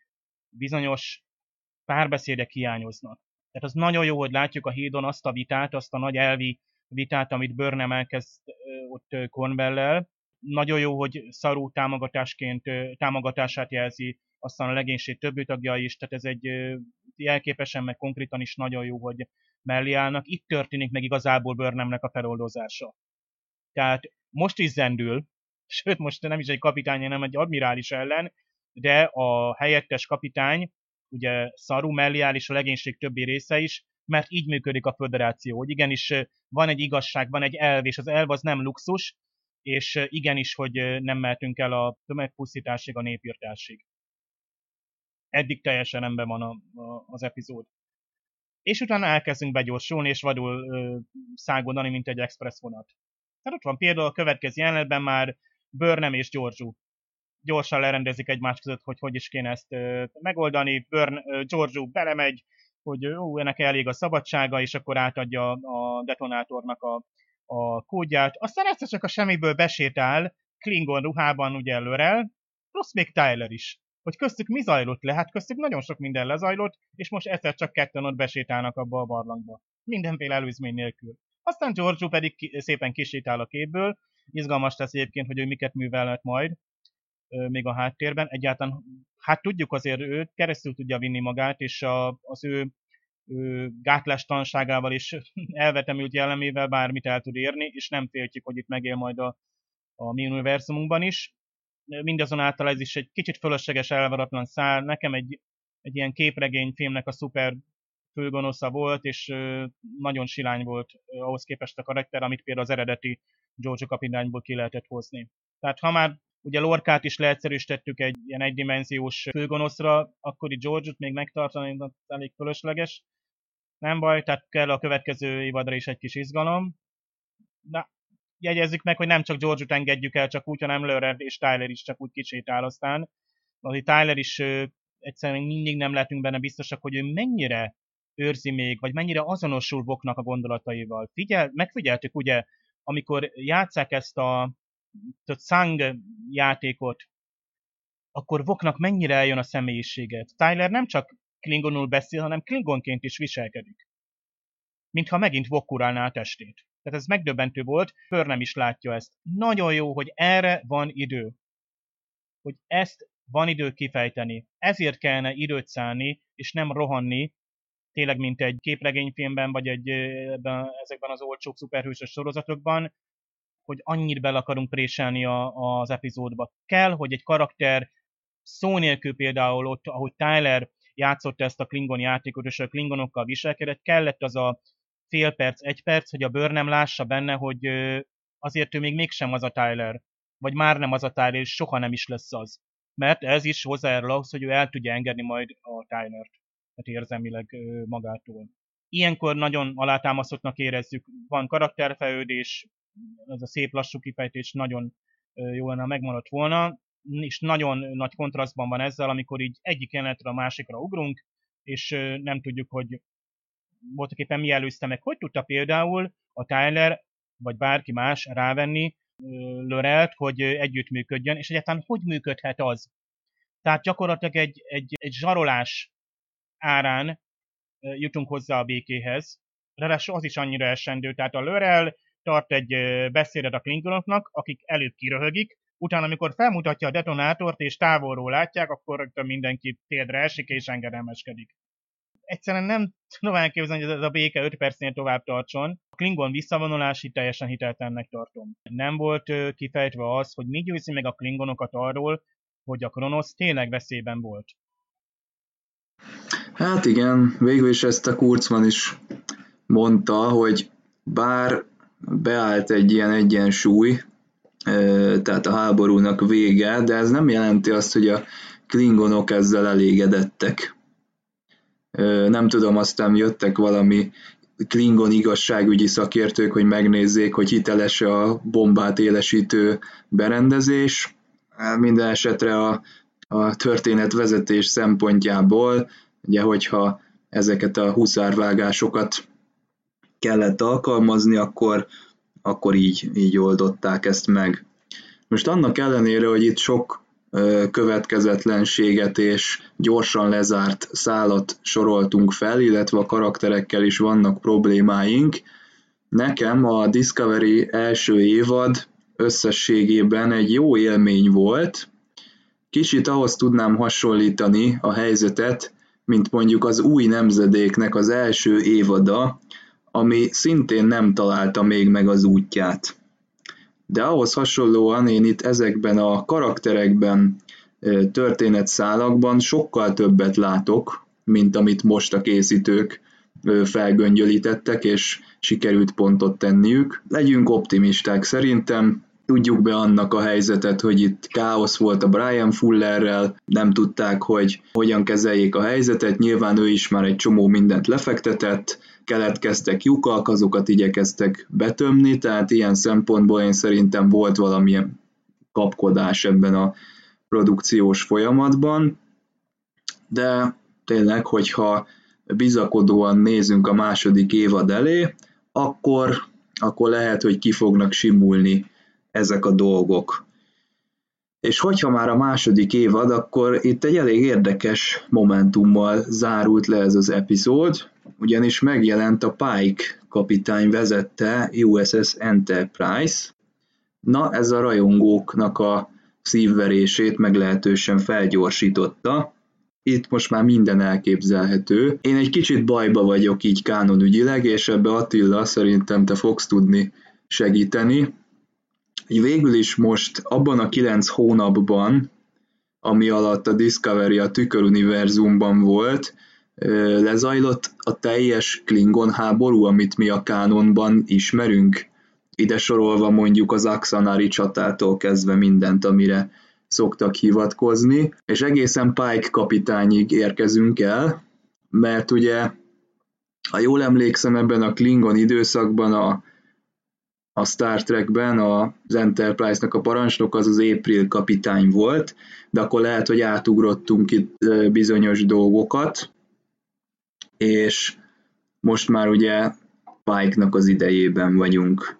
bizonyos párbeszédek hiányoznak. Tehát az nagyon jó, hogy látjuk a hídon azt a vitát, azt a nagy elvi vitát, amit Burnham elkezd ott Cornwell-lel. Nagyon jó, hogy Saru támogatásként támogatását jelzi, aztán a legénység többi tagja is, tehát ez egy jelképesen, meg konkrétan is nagyon jó, hogy mellé állnak. Itt történik meg igazából Burnhamnek a feloldozása. Tehát most is zendül, sőt most nem is egy kapitány, hanem egy admirális ellen, de a helyettes kapitány, ugye Saru mellé áll, és a legénység többi része is, mert így működik a föderáció, hogy igenis van egy igazság, van egy elv, és az elv az nem luxus, és igenis, hogy nem mehetünk el a tömegpusztításig, a népírtásig. Eddig teljesen rendben van a, a, az epizód. És utána elkezdünk begyorsulni, és vadul ö, szágodani, mint egy express vonat. Tehát ott van például a következő jelenetben már Burnham és Georgiou gyorsan lerendezik egymás között, hogy hogy is kéne ezt ö, megoldani. Burn, ö, Georgiou belemegy, hogy ó, ennek elég a szabadsága, és akkor átadja a detonátornak a, a kódját. Aztán egyszer csak a semmiből besétál Klingon ruhában, ugye Lorel, plusz még Tyler is. Hogy köztük mi zajlott le? Hát köztük nagyon sok minden lezajlott, és most egyszer csak ketten ott besétálnak abba a barlangba. Mindenféle előzmény nélkül. Aztán Georgiou pedig ki, szépen kisétál a képből. Izgalmas lesz egyébként, hogy ő miket művelhet majd euh, még a háttérben. Egyáltalán, hát tudjuk azért, ő keresztül tudja vinni magát, és a, az ő, ő gátlástalanságával és elvetemült jellemével bármit el tud érni, és nem féltjük, hogy itt megél majd a, a mi univerzumunkban is. Mindazonáltal ez is egy kicsit fölösleges, elvaratlan szál. Nekem egy, egy ilyen képregényfilmnek a szuper főgonosza volt, és ö, nagyon silány volt ö, ahhoz képest a karakter, amit például az eredeti Georgiou kapitányból ki lehetett hozni. Tehát ha már ugye Lorcát is leegyszerűsítettük egy ilyen egydimenziós főgonoszra, akkor itt Georgiou-t még megtartani, elég fölösleges. Nem baj, tehát kell a következő évadra is egy kis izgalom. Na, jegyezzük meg, hogy nem csak Georgiou-t engedjük el csak úgy, hanem Lorel és Tyler is csak úgy kisétál aztán. Azért Tyler is ö, egyszerűen mindig nem lehetünk benne biztosak, hogy ő mennyire őrzi még, vagy mennyire azonosul Voknak a gondolataival. Figyel, megfigyeltük ugye, amikor játsszák ezt a Tsang játékot, akkor Voknak mennyire eljön a személyiséget. Tyler nem csak klingonul beszél, hanem klingonként is viselkedik. Mintha megint Vok urálná a testét. Tehát ez megdöbbentő volt, Burnham is látja ezt. Nagyon jó, hogy erre van idő. Hogy ezt van idő kifejteni. Ezért kellene időt szállni, és nem rohanni, tényleg mint egy képregényfilmben, vagy egy, ebben, ezekben az olcsóbb szuperhősös sorozatokban, hogy annyit bele akarunk préselni a, az epizódba. Kell, hogy egy karakter szó nélkül például ott, ahogy Tyler játszott ezt a Klingon játékot, és a Klingonokkal viselkedett, kellett az a fél perc, egy perc, hogy a Burnham lássa benne, hogy azért ő még mégsem az a Tyler, vagy már nem az a Tyler, és soha nem is lesz az. Mert ez is hozzájárul ahhoz, hogy ő el tudja engedni majd a Tylert, tehát érzelmileg magától. Ilyenkor nagyon alátámasztottnak érezzük, van karakterfejlődés, ez a szép lassú kifejtés nagyon jó lenne, megmaradt volna, és nagyon nagy kontrasztban van ezzel, amikor így egyik jelenetre a másikra ugrunk, és nem tudjuk, hogy voltak éppen mi előzte meg. Hogy tudta például a Tyler, vagy bárki más rávenni Lorelt, hogy együttműködjön, és egyáltalán hogy működhet az? Tehát gyakorlatilag egy, egy, egy zsarolás árán jutunk hozzá a békéhez. Ráadásul az is annyira esendő. Tehát a Lorel tart egy beszédet a Klingonoknak, akik előbb kiröhögik, utána amikor felmutatja a detonátort és távolról látják, akkor rögtön mindenki térdre esik és engedelmeskedik. Egyszerűen nem tudom elképzelni, hogy ez a béke öt percnél tovább tartson. A Klingon visszavonulási teljesen hiteltelennek tartom. Nem volt kifejtve az, hogy mi győzi meg a Klingonokat arról, hogy a Kronosz tényleg veszélyben volt. Hát igen, végül is ezt a Kurtzman is mondta, hogy bár beállt egy ilyen egyensúly, tehát a háborúnak vége, de ez nem jelenti azt, hogy a Klingonok ezzel elégedettek. Nem tudom, aztán jöttek valami Klingon igazságügyi szakértők, hogy megnézzék, hogy hiteles a bombát élesítő berendezés. Minden esetre a, a történetvezetés szempontjából, ugye, hogyha ezeket a huszárvágásokat kellett alkalmazni, akkor, akkor így, így oldották ezt meg. Most annak ellenére, hogy itt sok következetlenséget és gyorsan lezárt szálat soroltunk fel, illetve a karakterekkel is vannak problémáink. Nekem a Discovery első évad összességében egy jó élmény volt. Kicsit ahhoz tudnám hasonlítani a helyzetet, mint mondjuk az Új nemzedéknek az első évada, ami szintén nem találta még meg az útját. De ahhoz hasonlóan én itt ezekben a karakterekben, történetszálakban sokkal többet látok, mint amit most a készítők felgöngyölítettek, és sikerült pontot tenniük. Legyünk optimisták szerintem, tudjuk be annak a helyzetet, hogy itt káosz volt a Brian Fullerrel, nem tudták, hogy hogyan kezeljék a helyzetet, nyilván ő is már egy csomó mindent lefektetett, keletkeztek lyukak, azokat igyekeztek betömni, tehát ilyen szempontból én szerintem volt valamilyen kapkodás ebben a produkciós folyamatban, de tényleg, hogyha bizakodóan nézünk a második évad elé, akkor, akkor lehet, hogy ki fognak simulni ezek a dolgok. És hogyha már a második évad, akkor itt egy elég érdekes momentummal zárult le ez az epizód, ugyanis megjelent a Pike kapitány vezette U S S Enterprise. Na, ez a rajongóknak a szívverését meglehetősen felgyorsította. Itt most már minden elképzelhető. Én egy kicsit bajba vagyok így kánonügyileg, és ebbe Attila szerintem te fogsz tudni segíteni. Végül is most abban a kilenc hónapban, ami alatt a Discovery a tüköruniverzumban volt, lezajlott a teljes Klingon háború, amit mi a kánonban ismerünk. Ide sorolva mondjuk az Axanari csatától kezdve mindent, amire szoktak hivatkozni, és egészen Pike kapitányig érkezünk el, mert ugye, ha jól emlékszem, ebben a Klingon időszakban a, a Star Trekben az Enterprise-nak a parancsnok az az April kapitány volt, de akkor lehet, hogy átugrottunk itt bizonyos dolgokat, és most már ugye Pike-nak az idejében vagyunk.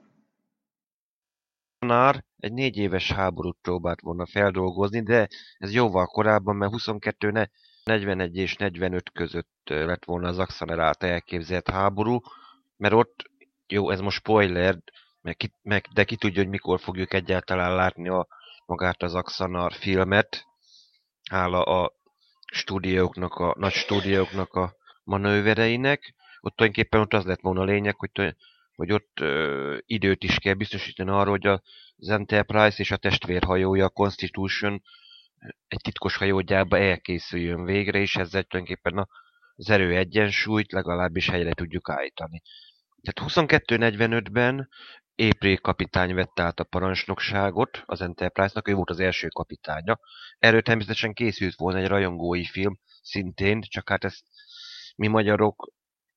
Nár egy négy éves háborút próbált volna feldolgozni, de ez jóval korábban, mert huszonkettő, negyvenegy és negyvenöt között lett volna az Axanar által elképzelt háború, mert ott, jó, ez most spoiler, meg ki, meg, de ki tudja, hogy mikor fogjuk egyáltalán látni a, magát az Axanar filmet, hála a stúdióknak, a nagy stúdióknak a manővereinek. Ott tulajdonképpen ott az lett volna a lényeg, hogy hogy ott ö, időt is kell biztosítani arra, hogy az Enterprise és a testvérhajója, a Constitution egy titkos hajógyárba elkészüljön végre, és ezzel tulajdonképpen az erő egyensúlyt legalábbis helyre tudjuk állítani. Tehát huszonkettő negyvenötben April kapitány vette át a parancsnokságot az Enterprise-nak, ő volt az első kapitánya. Erről természetesen készült volna egy rajongói film szintén, csak hát ezt mi magyarok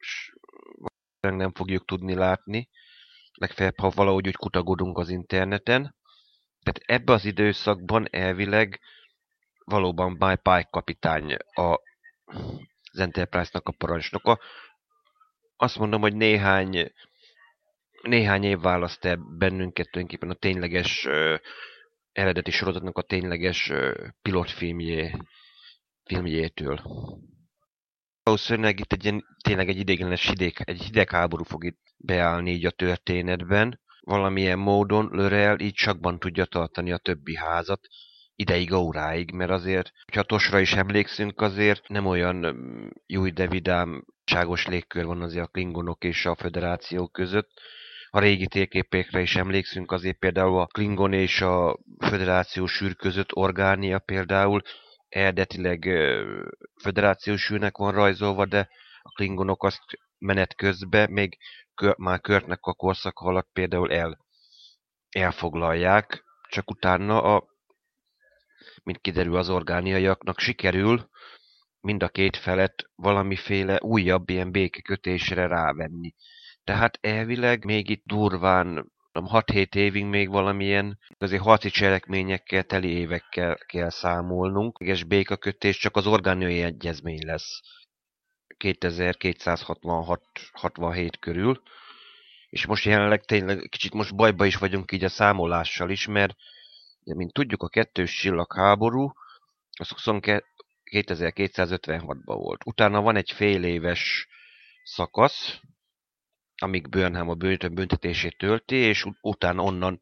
nem fogjuk tudni látni, legfeljebb, ha valahogy úgy kutagodunk az interneten. Tehát ebben az időszakban elvileg valóban By Pike kapitány a, az Enterprise-nak a parancsnoka. Azt mondom, hogy néhány, néhány év választ el bennünket tulajdonképpen a tényleges uh, eredeti sorozatnak a tényleges uh, pilotfilmjé, filmjétől. Valószínűleg itt egy ilyen, tényleg egy ideiglenes hideg, egy hidegháború fog itt beállni így a történetben. Valamilyen módon L'Rell így sakban tudja tartani a többi házat ideig, óráig, mert azért, ha Tosra is emlékszünk, azért nem olyan jó de vidámságos légkör van azért a klingonok és a föderáció között. A régi térképekre is emlékszünk, azért például a Klingon és a föderációs űr között Orgánia például eredetileg föderációs űrnek van rajzolva, de a klingonok azt menet közben még kör, már Kirknek a korszaka alatt például el, elfoglalják, csak utána, a, mint kiderül, az orgániaiaknak sikerül mind a két felet valamiféle újabb ilyen békekötésre rávenni. Tehát elvileg még itt durván hat-hét évig még valamilyen azért harci cselekményekkel, teli évekkel kell számolnunk. És békakötés csak az orgániai egyezmény lesz kétezer-kétszázhatvanhat-hatvanhét körül. És most jelenleg tényleg kicsit most bajba is vagyunk így a számolással is, mert mint tudjuk, a kettős csillagháború az kétezer-kétszázötvenhatban volt. Utána van egy fél éves szakasz, amíg Burnham a büntetését tölti, és ut- utána onnan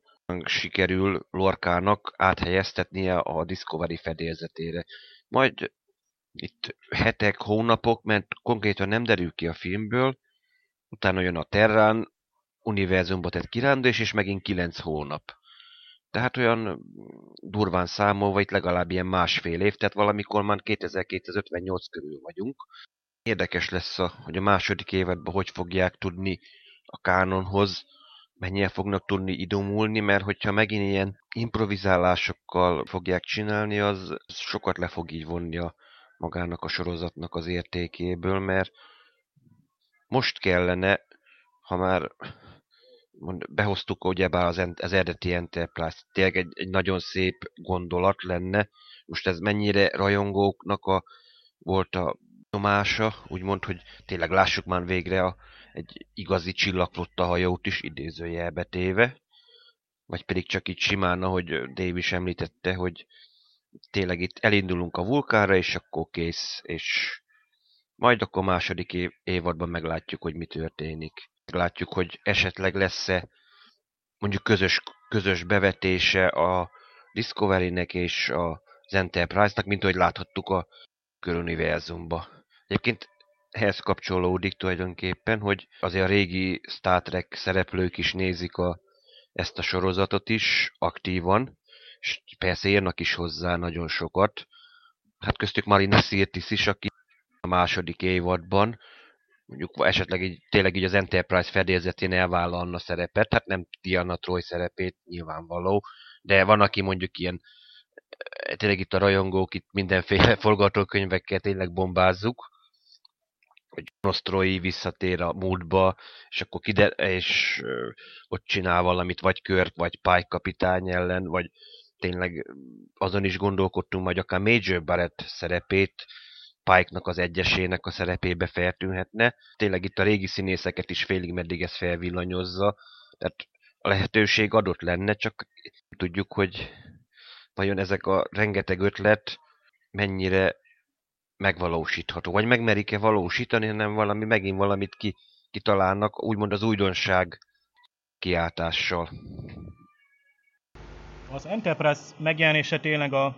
sikerül Lorkának áthelyeztetnie a Discovery fedélzetére. Majd itt hetek, hónapok, mert konkrétan nem derül ki a filmből, utána jön a Terran univerzumba tett kirándulás, és megint kilenc hónap. Tehát olyan durván számolva itt legalább ilyen másfél év, tehát valamikor már kétezer-kétszázötvennyolc körül vagyunk. Érdekes lesz, a, hogy a második évadban hogy fogják tudni a kánonhoz, mennyire fognak tudni idomulni, mert hogyha megint ilyen improvizálásokkal fogják csinálni, az sokat le fog így vonni a magának a sorozatnak az értékéből, mert most kellene, ha már mond, behoztuk ugyebár az, az eredeti Enterprise, tényleg egy, egy nagyon szép gondolat lenne. Most ez mennyire rajongóknak a, volt a nyomása, úgymond, hogy tényleg lássuk már végre a, egy igazi csillagflotta hajót is idézőjelbe téve, vagy pedig csak így simán, ahogy Dave is említette, hogy tényleg itt elindulunk a vulkánra, és akkor kész, és majd akkor második év, évadban meglátjuk, hogy mi történik. Meglátjuk, hogy esetleg lesz-e mondjuk közös, közös bevetése a Discovery-nek és az Enterprise-nak, mint ahogy láthattuk a köruniverzumba. Egyébként ehhez kapcsolódik tulajdonképpen, hogy azért a régi Star Trek szereplők is nézik a, ezt a sorozatot is aktívan, és persze írnak is hozzá nagyon sokat. Hát köztük Marina Sirtis is, aki a második évadban mondjuk esetleg így, tényleg így az Enterprise fedélzetén elvállalna szerepet, hát nem Diana Troy szerepét nyilvánvaló, de van, aki mondjuk ilyen, tényleg itt a rajongók, itt mindenféle forgatókönyvekkel tényleg bombázzuk, hogy Nostroy visszatér a múltba, és akkor kide, és ott csinál valamit, vagy Kirk, vagy Pike kapitány ellen, vagy tényleg azon is gondolkodtunk, majd akár Major Barrett szerepét Pike-nak az egyesének a szerepébe feltűnhetne. Tényleg itt a régi színészeket is félig meddig ez felvillanyozza, tehát a lehetőség adott lenne, csak tudjuk, hogy vajon ezek a rengeteg ötlet mennyire megvalósítható, vagy megmerik-e valósítani, hanem valami, megint valamit ki, kitalálnak, úgymond az újdonság kiáltással. Az Enterprise megjelenése tényleg a,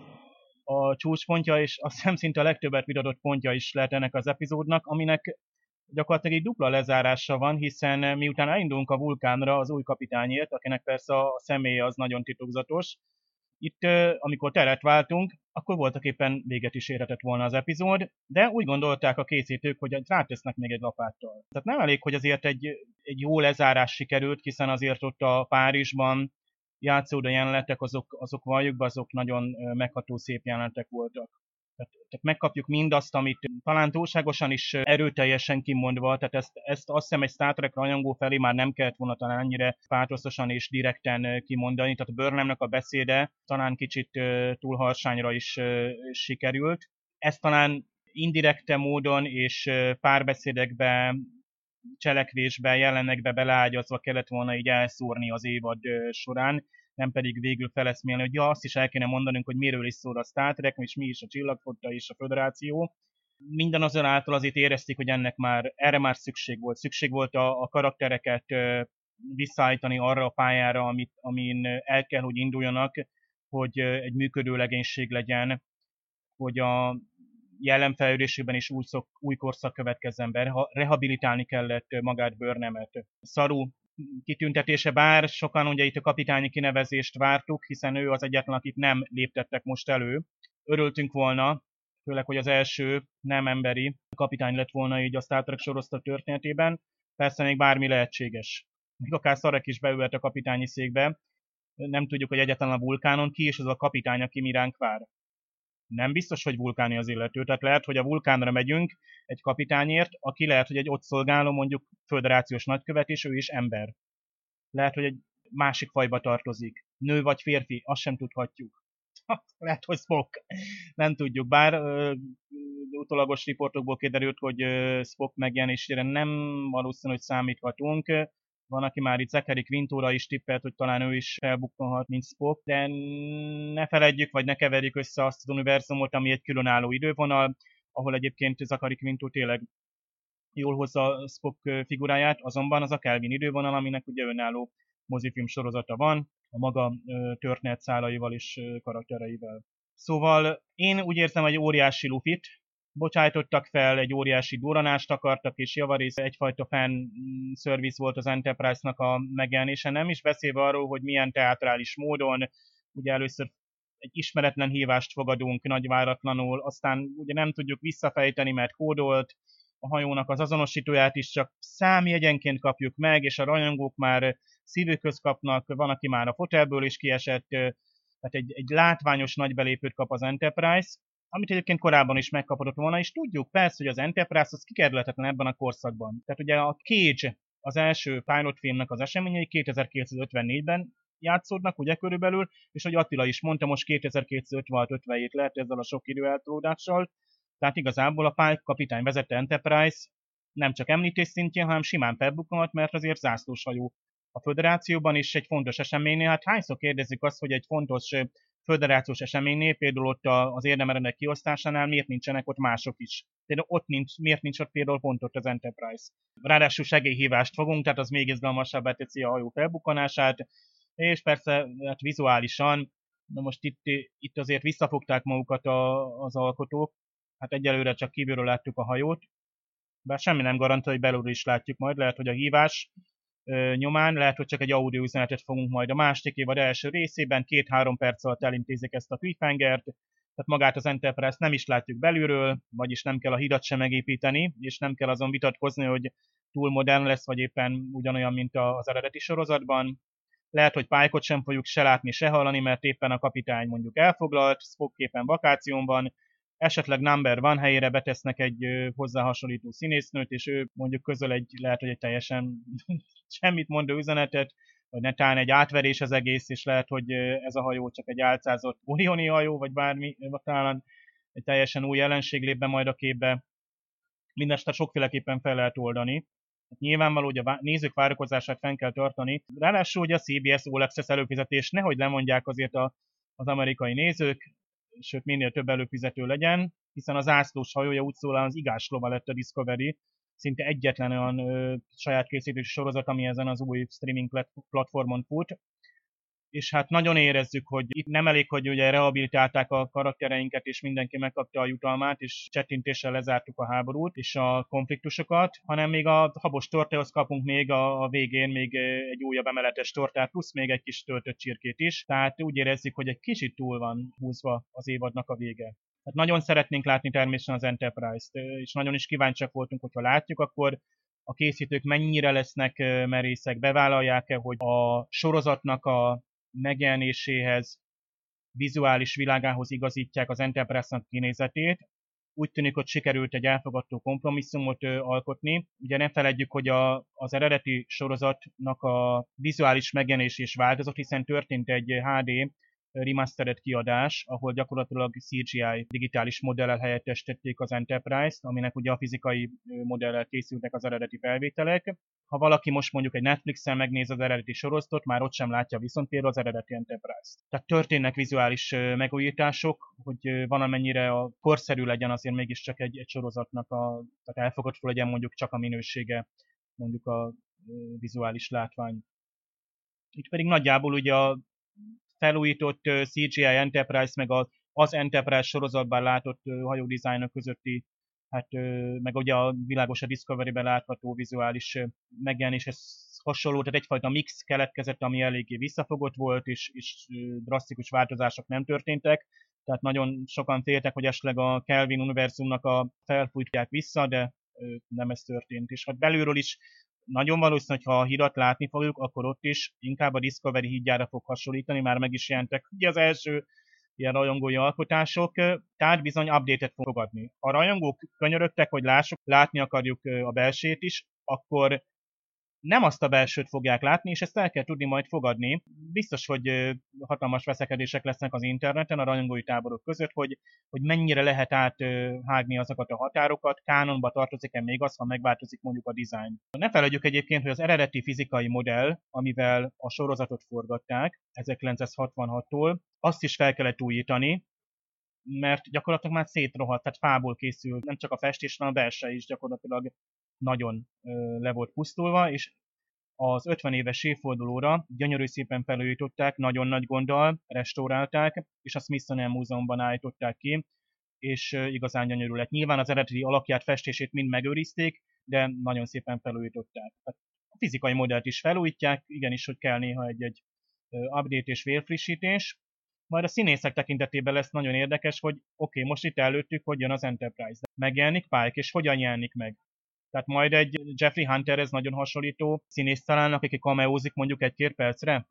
a csúcspontja, és azt hiszem szinte a legtöbbet vitatott pontja is lehet ennek az epizódnak, aminek gyakorlatilag egy dupla lezárása van, hiszen miután elindulunk a vulkánra az új kapitányért, akinek persze a személye az nagyon titokzatos, itt, amikor teret váltunk, akkor voltak éppen véget is érhetett volna az epizód, de úgy gondolták a készítők, hogy rátesznek még egy lapáttal. Tehát nem elég, hogy azért egy, egy jó lezárás sikerült, hiszen azért ott a Párizsban játszódó jelenetek, azok, azok valljuk be, azok nagyon megható szép jelenetek voltak. Tehát, tehát megkapjuk mindazt, amit talán túlságosan is erőteljesen kimondva, tehát ezt, ezt azt hiszem egy Star Trek rajongó felé már nem kellett volna talán ennyire pártosztosan és direkten kimondani, tehát a Burnhamnek a beszéde talán kicsit túl harsányra is sikerült. Ezt talán indirekte módon és párbeszédekbe, cselekvésbe, jelenekbe beleágyazva kellett volna így elszórni az évad során, nem pedig végül feleszmélni, hogy ja, azt is el kéne mondanunk, hogy miről is szól a Star Trek, és mi is a Csillagflotta és a Föderáció. Minden azonáltal azért érezték, hogy ennek már, erre már szükség volt. Szükség volt a, a karaktereket visszaállítani arra a pályára, amit, amin el kell, hogy induljanak, hogy egy működő legénység legyen, hogy a jelenfejlődésében is új, szok, új korszak következzen be, rehabilitálni kellett magát Burnhamet. Saru kitüntetése, bár sokan ugye itt a kapitányi kinevezést vártuk, hiszen ő az egyetlen, akit nem léptettek most elő. Örültünk volna, főleg, hogy az első nem emberi kapitány lett volna így a Star Trek sorozat történetében. Persze még bármi lehetséges. Még akár Sarek is beülhet a kapitányi székbe. Nem tudjuk, hogy egyetlen a vulkánon ki, és az a kapitány, aki mi ránk vár. Nem biztos, hogy vulkáni az illető. Tehát lehet, hogy a vulkánra megyünk egy kapitányért, aki lehet, hogy egy ott szolgáló, mondjuk föderációs nagykövet, és ő is ember. Lehet, hogy egy másik fajba tartozik. Nő vagy férfi, azt sem tudhatjuk. Lehet, hogy Spock. Nem tudjuk. Bár ö, utólagos riportokból kiderült, hogy ö, Spock megjelenésére nem valószínű, hogy számíthatunk. Van, aki már itt Zachary Quintóra is tippelt, hogy talán ő is felbukkanhat, mint Spock, de ne feledjük, vagy ne keverjük össze azt az univerzumot, ami egy különálló idővonal, ahol egyébként Zachary Quintó tényleg jól hozza Spock figuráját, azonban az a Kelvin idővonal, aminek ugye önálló mozifilm sorozata van, a maga történetszálaival és karaktereivel. Szóval én úgy érzem, hogy óriási lufit bocsájtottak fel, egy óriási durranást akartak, és javarészt egyfajta fan service volt az Enterprise-nak a megjelenése, nem is beszélve arról, hogy milyen teátrális módon, ugye először egy ismeretlen hívást fogadunk nagyváratlanul, aztán ugye nem tudjuk visszafejteni, mert kódolt, a hajónak az azonosítóját is csak számjegyenként kapjuk meg, és a rajongók már szívükhöz kapnak, van, aki már a fotelből is kiesett, tehát egy, egy látványos nagy belépőt kap az Enterprise, amit egyébként korábban is megkapott volna, és tudjuk persze, hogy az Enterprise az kikerülhetetlen ebben a korszakban. Tehát ugye a Cage, az első pilot filmnek az eseményei kétezer-kétszázötvennégyben játszódnak, ugye körülbelül, és hogy Attila is mondta, most kétezer-kétszázötvenhat-ötvenhét lehet ezzel a sok időeltolódással, tehát igazából a Pike kapitány vezette Enterprise nem csak említés szintjén, hanem simán felbukkanhat, mert azért zászlóshajó a föderációban is egy fontos eseménynél. Hát hányszor kérdezzük azt, hogy egy fontos föderációs eseménynél, például ott az érdemeredek kiosztásánál miért nincsenek ott mások is. Például ott nincs, miért nincs ott például pont ott az Enterprise. Ráadásul segélyhívást fogunk, tehát az még izgalmasabbá teszi a hajó felbukkanását, és persze hát vizuálisan, na most itt, itt azért visszafogták magukat a, az alkotók, hát egyelőre csak kívülről láttuk a hajót, bár semmi nem garantál, hogy belülről is látjuk majd, lehet, hogy a hívás ö, nyomán, lehet, hogy csak egy audio üzenetet fogunk majd a második évad első részében, két-három perc alatt elintézik ezt a cliffhangert, tehát magát az Enterprise nem is látjuk belülről, vagyis nem kell a hidat sem megépíteni, és nem kell azon vitatkozni, hogy túl modern lesz, vagy éppen ugyanolyan, mint az eredeti sorozatban. Lehet, hogy Pike-ot sem fogjuk se látni, se hallani, mert éppen a kapitány mondjuk elfoglalt, Spock éppen vakáción van, esetleg number van helyére betesznek egy ö, hozzá hasonlító színésznőt, és ő mondjuk közöl egy, lehet, hogy egy teljesen semmit mondó üzenetet, vagy netán egy átverés az egész, és lehet, hogy ez a hajó csak egy álcázott Orioni hajó, vagy bármi, vagy talán egy teljesen új jelenség lép be majd a képbe. Mindenesetre sokféleképpen fel lehet oldani. Nyilvánvaló, hogy a nézők várakozását fenn kell tartani. Ráadásul, hogy a cé bé es All Access előfizetés nehogy lemondják azért a, az amerikai nézők, sőt minél több előfizető legyen, hiszen az zászlós hajója úgy szól, az igáslova lett a Discovery, szinte egyetlen olyan ö, saját készítésű sorozat, ami ezen az új streaming platformon fut. És hát nagyon érezzük, hogy itt nem elég, hogy ugye rehabilitálták a karaktereinket, és mindenki megkapta a jutalmát, és csettintéssel lezártuk a háborút és a konfliktusokat, hanem még a habos tortához kapunk még a, a végén még egy újabb emeletes tortát, plusz még egy kis töltött csirkét is. Tehát úgy érezzük, hogy egy kicsit túl van húzva az évadnak a vége. Hát nagyon szeretnénk látni természetesen az Enterprise-t, és nagyon is kíváncsiak voltunk, hogyha látjuk, akkor a készítők mennyire lesznek merészek, bevállalják-e, hogy a sorozatnak a megjelenéséhez, vizuális világához igazítják az Enterprise-nak kinézetét. Úgy tűnik, hogy sikerült egy elfogadó kompromisszumot ö, alkotni. Ugye ne feledjük, hogy a, az eredeti sorozatnak a vizuális megjelenés is változott, hiszen történt egy há dé remastered kiadás, ahol gyakorlatilag cé gé i digitális modellel helyettesítették az Enterprise-t, aminek ugye a fizikai modellel készültek az eredeti felvételek. Ha valaki most mondjuk egy Netflixen megnéz az eredeti sorozatot, már ott sem látja viszont például az eredeti Enterprise-t. Tehát történnek vizuális megújítások, hogy valamennyire a korszerű legyen azért mégiscsak egy, egy sorozatnak, a, tehát elfogadható legyen mondjuk csak a minősége, mondjuk a vizuális látvány. Itt pedig nagyjából ugye a felújított cé gé i Enterprise, meg az, az Enterprise sorozatban látott hajódizájnok közötti, hát meg ugye a világos a Discovery-ben látható vizuális megjelenéshez hasonló, tehát egyfajta mix keletkezett, ami eléggé visszafogott volt, és, és drasztikus változások nem történtek. Tehát nagyon sokan féltek, hogy esetleg a Kelvin univerzumnak a felfújtják vissza, de nem ez történt. És hát belülről is nagyon valószínű, hogy ha a hídat látni fogjuk, akkor ott is inkább a Discovery hídjára fog hasonlítani, már meg is jelentek ugye az első ilyen rajongói alkotások, tehát bizony update-et fog fogadni. Ha a rajongók könyörögtek, hogy lássuk, látni akarjuk a belsét is, akkor nem azt a belsőt fogják látni, és ezt el kell tudni majd fogadni. Biztos, hogy hatalmas veszekedések lesznek az interneten, a rajongói táborok között, hogy, hogy mennyire lehet áthágni azokat a határokat, kánonba tartozik-e még az, ha megváltozik mondjuk a design. Ne felejtjük egyébként, hogy az eredeti fizikai modell, amivel a sorozatot forgatták ezerkilencszázhatvanhattól, azt is fel kellett újítani, mert gyakorlatilag már szétrohadt, tehát fából készült, nem csak a festés, hanem a belső is gyakorlatilag nagyon ö, le volt pusztulva, és az ötven éves évfordulóra gyönyörű szépen felújították, nagyon nagy gonddal restaurálták, és a Smithsonian Múzeumban állították ki, és igazán gyönyörű lett. Nyilván az eredeti alakját, festését mind megőrizték, de nagyon szépen felújították. A fizikai modellt is felújítják, igenis, hogy kell néha egy-egy update és vérfrissítés. Majd a színészek tekintetében lesz nagyon érdekes, hogy oké, okay, most itt előttük, hogy jön az Enterprise. Megjelenik Pike, és hogyan jelenik meg. Tehát majd egy Jeffrey Hunterhez nagyon hasonlító színész találnak, aki cameózik mondjuk egy-két percre?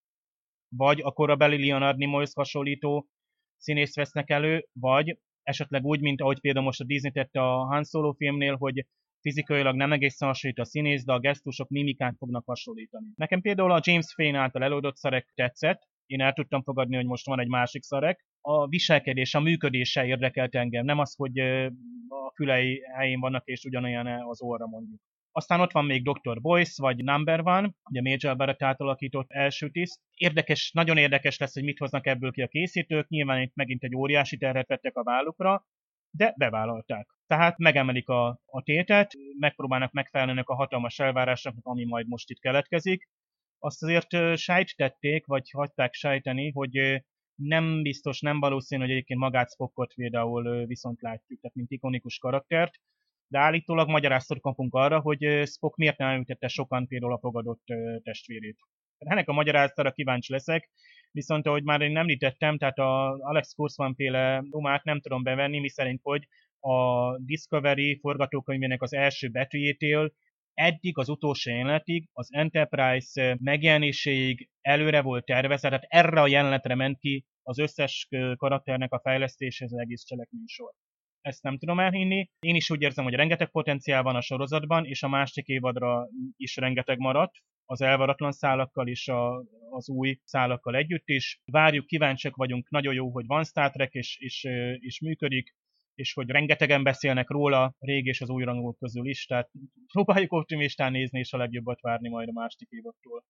Vagy a korabeli Leonard Nimoyhoz hasonlító színészt vesznek elő, vagy esetleg úgy, mint ahogy például most a Disney tette a Han Solo filmnél, hogy fizikailag nem egészen hasonlít a színész, de a gesztusok, mimikán fognak hasonlítani. Nekem például a James Fane által előadott szarek tetszett, én el tudtam fogadni, hogy most van egy másik szarek. A viselkedés, a működése érdekelt engem, nem az, hogy a fülei helyén vannak és ugyanolyan az orra mondjuk. Aztán ott van még doktor Boyce, vagy Number One, ugye Major Barrett átalakított első tiszt. Érdekes, nagyon érdekes lesz, hogy mit hoznak ebből ki a készítők, nyilván itt megint egy óriási terhet vettek a vállukra, de bevállalták. Tehát megemelik a, a tétet, megpróbálnak megfelelni a hatalmas elvárásnak, ami majd most itt keletkezik. Azt azért sejtették, vagy hagyták sejteni, hogy nem biztos, nem valószínű, hogy egyébként magát Spockot például viszont látjuk, tehát mint ikonikus karaktert, de állítólag magyarázatot kapunk arra, hogy Spock miért nem említette sokan például a fogadott testvérét. Ennek a magyarázatára kíváncsi leszek, viszont ahogy már én említettem, tehát a Alex Kurtzman féle dumát nem tudom bevenni, miszerint, hogy a Discovery forgatókönyvének az első betűjétől eddig az utolsó jelenetig, az Enterprise megjelenéséig előre volt tervezve, tehát erre a jelenetre ment ki az összes karakternek a fejlesztéshez az egész cselekménysor. Ezt nem tudom elhinni. Én is úgy érzem, hogy rengeteg potenciál van a sorozatban, és a másik évadra is rengeteg maradt, az elvaratlan szálakkal és a, az új szálakkal együtt is. Várjuk, kíváncsiak vagyunk, nagyon jó, hogy van Star Trek, és, és, és működik, és hogy rengetegen beszélnek róla, régi és az új rangok közül is, tehát próbáljuk optimistán nézni, és a legjobbat várni majd a másik évadtól.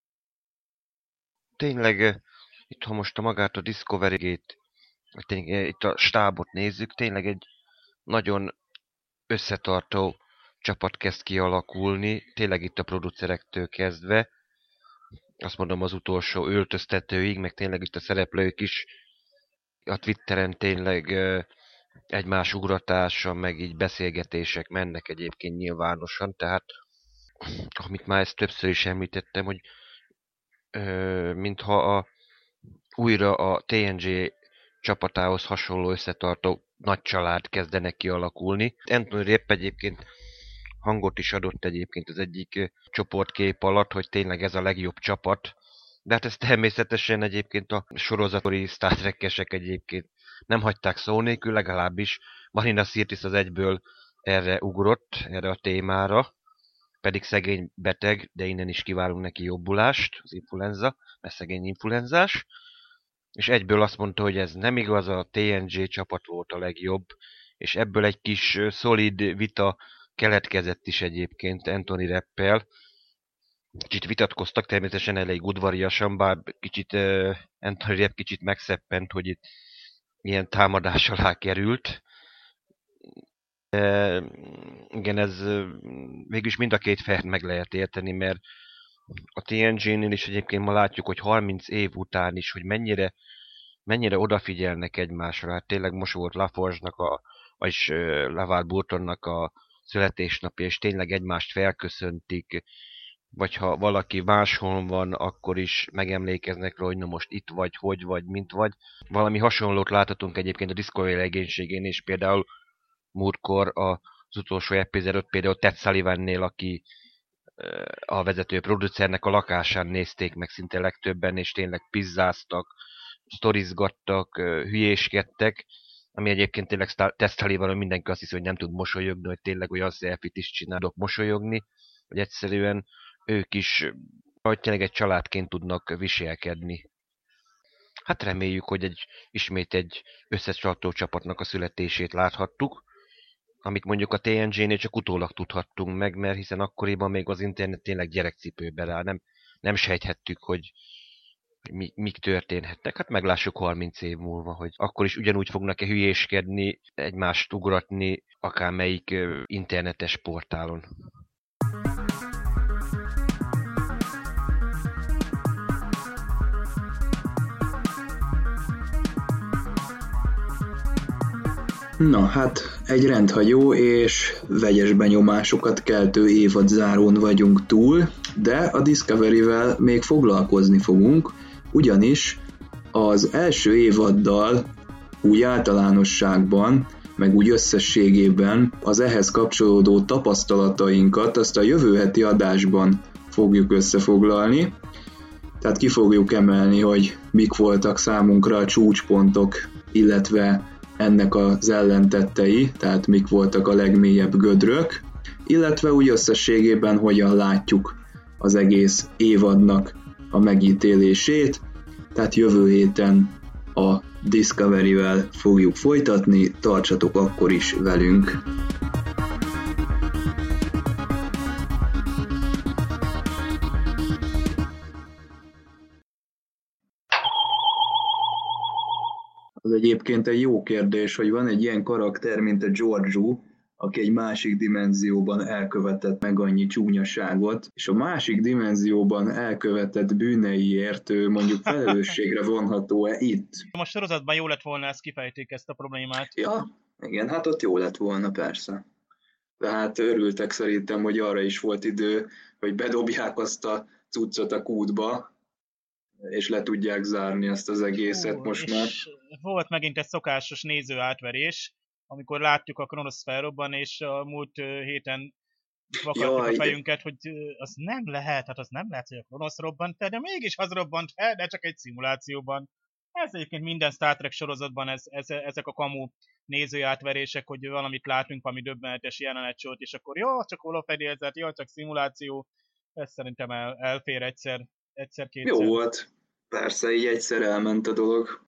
Tényleg, itt ha most a magát a Discovery-gét, itt a stábot nézzük, tényleg egy nagyon összetartó csapat kezd kialakulni, tényleg itt a producerektől kezdve, azt mondom az utolsó öltöztetőig, meg tényleg itt a szereplők is, a Twitteren tényleg egymás ugratása, meg így beszélgetések mennek egyébként nyilvánosan, tehát amit már ezt többször is említettem, hogy ö, mintha a, újra a té en gé csapatához hasonló összetartó nagy család kezdenek kialakulni. Anthony Rapp egyébként hangot is adott egyébként az egyik csoportkép alatt, hogy tényleg ez a legjobb csapat, de hát ez természetesen egyébként a sorozatori Star Trek-esek egyébként nem hagyták szó nélkül, legalábbis Marina Sirtis az egyből erre ugrott, erre a témára, pedig szegény beteg, de innen is kívánunk neki jobbulást, az influenza, mert szegény influenzás, és egyből azt mondta, hogy ez nem igaz, a té en gé csapat volt a legjobb, és ebből egy kis szolid vita keletkezett is egyébként Anthony Rappel. Kicsit vitatkoztak, természetesen elég udvariasan, bár kicsit uh, Anthony Rapp kicsit megszeppent, hogy itt ilyen támadás alá került. Uh, igen, ez uh, végülis mind a két felt meg lehet érteni, mert a té en gé-nél is egyébként ma látjuk, hogy harminc év után is, hogy mennyire, mennyire odafigyelnek egymásra. Hát tényleg most volt LaForge-nak, a, vagyis uh, LaVar Burtonnak a születésnapja, és tényleg egymást felköszöntik, vagy ha valaki máshol van, akkor is megemlékeznek róla, hogy na most itt vagy, hogy vagy, mint vagy. Valami hasonlót láthatunk egyébként a Discovery legénységén is, például múltkor az utolsó epizódot például Ted Sullivannél, aki a vezető producernek a lakásán nézték meg szinte legtöbben, és tényleg pizzáztak, sztorizgattak, hülyéskedtek, ami egyébként tényleg Ted Sullivan, mindenki azt hiszi, hogy nem tud mosolyogni, hogy tényleg olyan selfie-t is csinálok mosolyogni, hogy egyszerűen ők is, hogy tényleg egy családként tudnak viselkedni. Hát reméljük, hogy egy, ismét egy összecsató csapatnak a születését láthattuk, amit mondjuk a té en gé-nél csak utólag tudhattunk meg, mert hiszen akkoriban még az internet tényleg gyerekcipőben áll, nem, nem sejthettük, hogy, hogy mi, mik történhetnek. Hát meglássuk harminc év múlva, hogy akkor is ugyanúgy fognak-e hülyéskedni, egymást ugratni, akármelyik internetes portálon. Na hát, egy rendhagyó és vegyes benyomásokat keltő évadzárón vagyunk túl, de a Discovery-vel még foglalkozni fogunk, ugyanis az első évaddal úgy általánosságban, meg úgy összességében az ehhez kapcsolódó tapasztalatainkat azt a jövő heti adásban fogjuk összefoglalni, tehát ki fogjuk emelni, hogy mik voltak számunkra a csúcspontok, illetve ennek az ellentettei, tehát mik voltak a legmélyebb gödrök, illetve úgy összességében hogyan látjuk az egész évadnak a megítélését, tehát jövő héten a Discovery-vel fogjuk folytatni, tartsatok akkor is velünk! Az egyébként egy jó kérdés, hogy van egy ilyen karakter, mint a Georgiou, aki egy másik dimenzióban elkövetett meg annyi csúnyaságot, és a másik dimenzióban elkövetett bűneiért ő mondjuk felelősségre vonható-e itt? Most sorozatban jó lett volna, ezt kifejték ezt a problémát. Ja, igen, hát ott jó lett volna, persze. De hát örültek szerintem, hogy arra is volt idő, hogy bedobják azt a cuccot a kútba, és le tudják zárni ezt az egészet Hú, most már. Volt megint egy szokásos néző átverés, amikor láttuk a Kronosz felrobban, és a múlt héten vakartuk a fejünket, hogy az nem lehet, hát az nem lehet, hogy a Kronosz robbant fel, de mégis az robbant fel, de csak egy szimulációban. Ez egyébként minden Star Trek sorozatban ez, ez, ezek a kamu néző átverések, hogy valamit látunk, valami döbbenetes jelenet, és akkor jó, csak holofedélzet, jó, csak szimuláció. Ez szerintem el, elfér egyszer, egyszer-kétszer. Jó volt. Persze, így egyszer elment a dolog.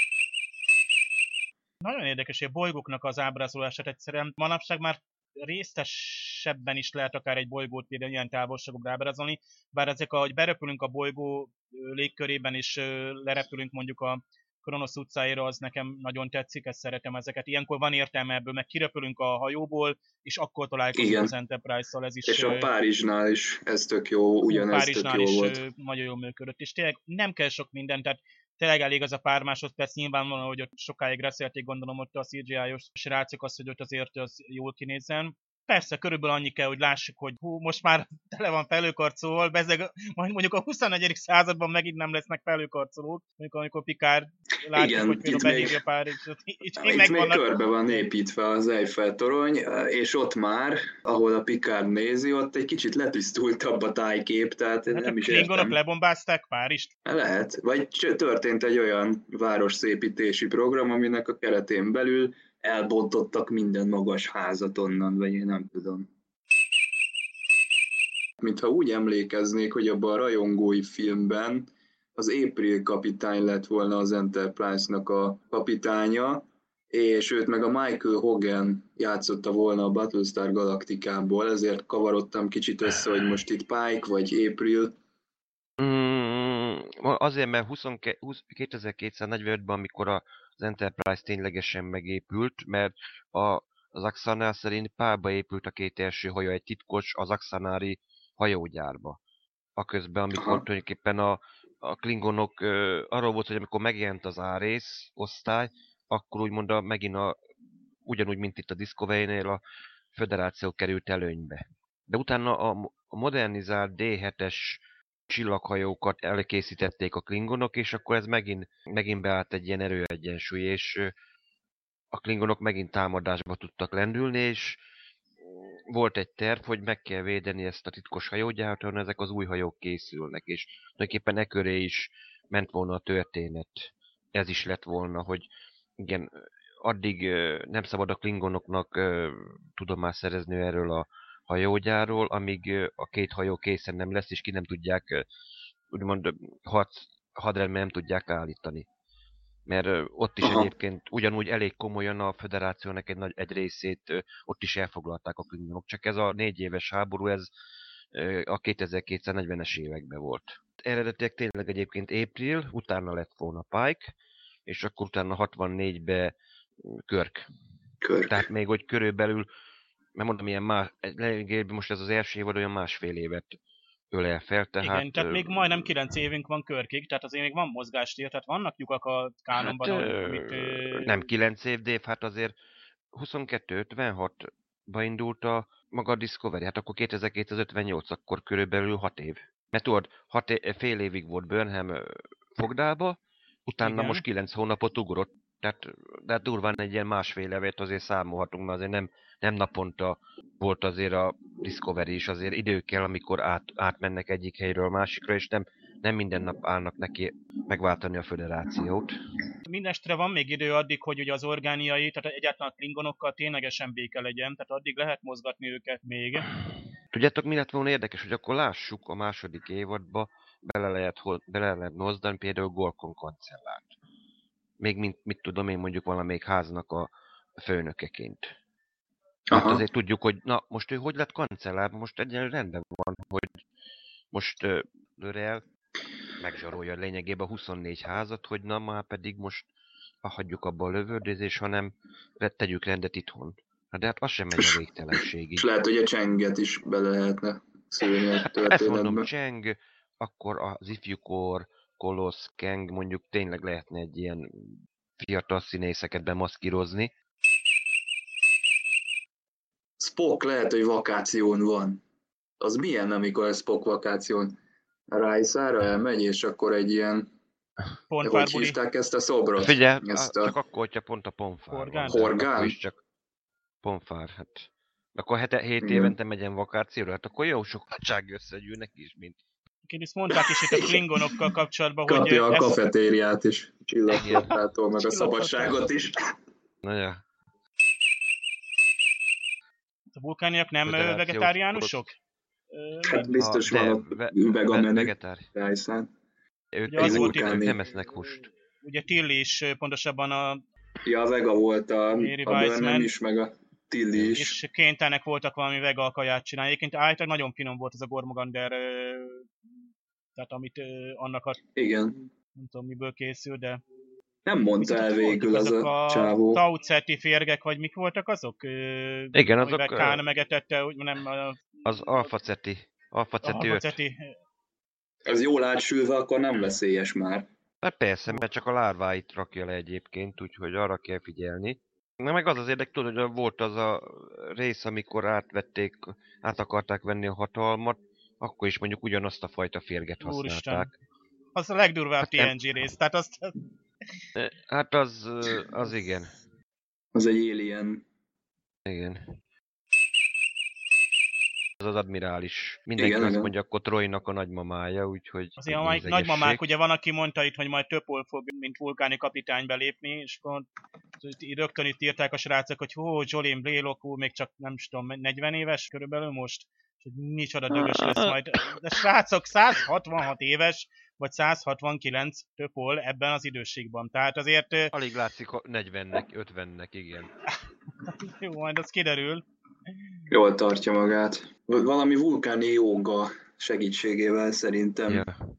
Nagyon érdekes, hogy a bolygóknak az ábrázolását egyszerűen manapság már részesebben is lehet akár egy bolygót például ilyen távolságokra ábrázolni, bár ezek, ahogy berepülünk a bolygó légkörében és lerepülünk mondjuk a Kronosz utcáira, az nekem nagyon tetszik, ezt szeretem ezeket. Ilyenkor van értelme ebből, meg kirepülünk a hajóból, és akkor találkozunk az Enterprise-szal. Ez is, és a Párizsnál is ez tök jó, ugyanez tök jó is volt. nagyon jól működött, és tényleg nem kell sok minden, tehát tényleg elég az a pár másodperc, nyilvánvalóan, hogy ott sokáig reszelték, gondolom ott a cé gé í-os srácok azt, hogy ott azért az jól kinézzen. Persze, körülbelül annyi kell, hogy lássuk, hogy hú, most már tele van felhőkarcolóval, bezeg, mondjuk a huszonegyedik században megint nem lesznek felhőkarcolók, mondjuk amikor Picard látjuk, igen, hogy például belépje pár, és itt, itt még, itt még körbe van építve az Eiffel torony, és ott már, ahol a Picard nézi, ott egy kicsit letisztultabb a tájkép, tehát hát nem is értem. A klingonok lebombázták Párizst? Lehet, vagy történt egy olyan városszépítési program, aminek a keretén belül elbontottak minden magas házat onnan, vagy én nem tudom. Mintha úgy emlékeznék, hogy abban a rajongói filmben az April kapitány lett volna az Enterprise-nak a kapitánya, és őt meg a Michael Hogan játszotta volna a Battlestar Galactikából, ezért kavarodtam kicsit össze, hogy most itt Pike vagy April. Mm, azért, mert kétezer-kétszáznegyvenötben, amikor a az Enterprise ténylegesen megépült, mert a, az Axanár szerint párba épült a két első hajó egy titkos, az Axanári hajógyárba. Aközben, amikor Aha. tulajdonképpen a, a klingonok uh, arról volt, hogy amikor megjelent az Árész osztály, akkor úgymond a, megint a, ugyanúgy, mint itt a Discovery-nél a Föderáció került előnybe. De utána a, a modernizált dé hetes csillaghajókat elkészítették a klingonok, és akkor ez megint, megint beállt egy ilyen erőegyensúly, és a klingonok megint támadásba tudtak lendülni, és volt egy terv, hogy meg kell védeni ezt a titkos hajógyárat, ahol ezek az új hajók készülnek, és tulajdonképpen e köré is ment volna a történet. Ez is lett volna, hogy igen, addig nem szabad a klingonoknak tudomást szerezni erről a hajógyárról, amíg a két hajó készen nem lesz, és ki nem tudják, úgymond harc, hadrendben nem tudják állítani. Mert ott is Aha. egyébként ugyanúgy elég komolyan a Föderációnak egy, nagy, egy részét ott is elfoglalták a klingonok. Csak ez a négy éves háború, ez a kétezer-kétszáznegyvenes években volt. Eredetileg tényleg egyébként April, utána lett volna Pike, és akkor utána hatvannégyben Kirk. Kirk. Tehát még hogy körülbelül, mert mondom, ilyen más, most ez az első évad olyan másfél évet ölel fel, tehát... Igen, tehát még majdnem kilenc évünk van Kirkig, tehát azért még van mozgástér, tehát vannak lyukak a kánonban. Hát, amit, ö... Nem kilenc év, Dave, hát azért huszonkettő ötvenhatba indult a maga a Discovery, hát akkor kétezer-kétszázötvennyolc, akkor körülbelül hat év. Mert tudod, hat é- fél évig volt Burnham ö, fogdába, utána Igen. most kilenc hónapot ugrott, tehát, de hát durván egy ilyen másfél évet azért számolhatunk, mert azért nem, nem naponta volt azért a Discovery is, azért idő kell, amikor át, átmennek egyik helyről másikra, és nem, nem minden nap állnak neki megváltani a föderációt. Mindestre van még idő addig, hogy ugye az orgániai, tehát egyáltalán a klingonokkal ténylegesen béke legyen, tehát addig lehet mozgatni őket még. Tudjátok, mi lett volna érdekes, hogy akkor lássuk a második évadba, bele lehet, hol- bele lehet hozni például Gorkon kancellárt. Még mint, mit tudom én, mondjuk valamelyik háznak a főnökeként. Hát Aha. azért tudjuk, hogy na, most ő hogy lett kancellár, most egyenlően rendben van, hogy most uh, Lörel megzsarolja lényegében a huszonnégy házat, hogy na már pedig most ha hagyjuk abba a lövöldözés, hanem tegyük rendet itthon. Hát de hát az sem megy a végtelenségig. És lehet, hogy a Csenget is bele lehetne szülni a Hát ezt mondom, történetbe. Cheng, akkor az ifjúkor, Kolosz, Kang mondjuk tényleg lehetne egy ilyen fiatal színészeket bemaszkírozni. Spock lehet, hogy vakáción van. Az milyen, amikor a Spock vakáción Rájszára elmegy, és akkor egy ilyen, hogy Ponfárbuli. hívták ezt a szobrot? Figyelj, Ezt csak a akkor, hogyha pont a ponfár Horgán? van. Horgán? Akkor is csak ponfár, hát. Akkor hete, hét Igen. évente megyen vakációra, hát akkor jó sok nagyság összegyűlnek is, mint Én ezt mondták is itt a klingonokkal kapcsolatban, hogy kapja a ez, kafetériát is, csillagflottától, meg a Csillagflottától. szabadságot is. na ja. a vulkániak nem ö, Föderációs vegetáriánusok? Ö, Hát biztos Ha, van de ott ve- üveg a ve- menü vegetár. Rájszán. Ők, Ugye az ők, volt ők itt- nem esznek húst. Ugye Tilly is ö, pontosabban a Ja, a vega volt a, Mary a Burnham Wiseman. is, meg a Tilly is. és kénytelenek voltak valami vega kaját csinálni. Egyébként állítólag nagyon finom volt ez a Gormogander, ö, tehát amit ö, annak a, Igen. nem tudom miből készül, de Nem mondta viszont el ott végül voltak az azok a a csávó. Tauceti férgek, vagy mik voltak azok? Ö, Igen, amivel azok, Kán ö, megetette, úgy nem a Az Alpha Ceti. Alpha Ceti öt. Albaceti. Ez jól átsülve, akkor nem veszélyes már. Hát persze, mert csak a lárváit rakja le egyébként, úgyhogy arra kell figyelni. Na meg az az érdek, tudod, hogy volt az a rész, amikor átvették, át akarták venni a hatalmat, akkor is mondjuk ugyanazt a fajta férget Úristen. használták. Az a legdurvább Hát nem- té en gé rész, tehát azt Hát az, az igen. Az egy alien. Igen. Az az admirális. Mindenki Igen, azt igen. mondja, akkor Troynak a nagymamája, úgyhogy... azért a hogy mai- nézegessék. nagymamák, ugye van, aki mondta itt, hogy majd Töpol fog, mint vulkáni kapitány belépni, és akkor itt- rögtön itt írták a srácok, hogy hó, Jolene Blaylock úr még csak nem is tudom, negyven éves körülbelül most, és hogy micsoda dögös lesz majd. De srácok, száz hatvanhat éves, vagy száz hatvankilenc Töpol ebben az időségben. Tehát azért ö, Alig látszik a negyvennek, ötvennek, igen. jó, majd az kiderül. Jól tartja magát. Valami vulkáni jóga segítségével szerintem Ja.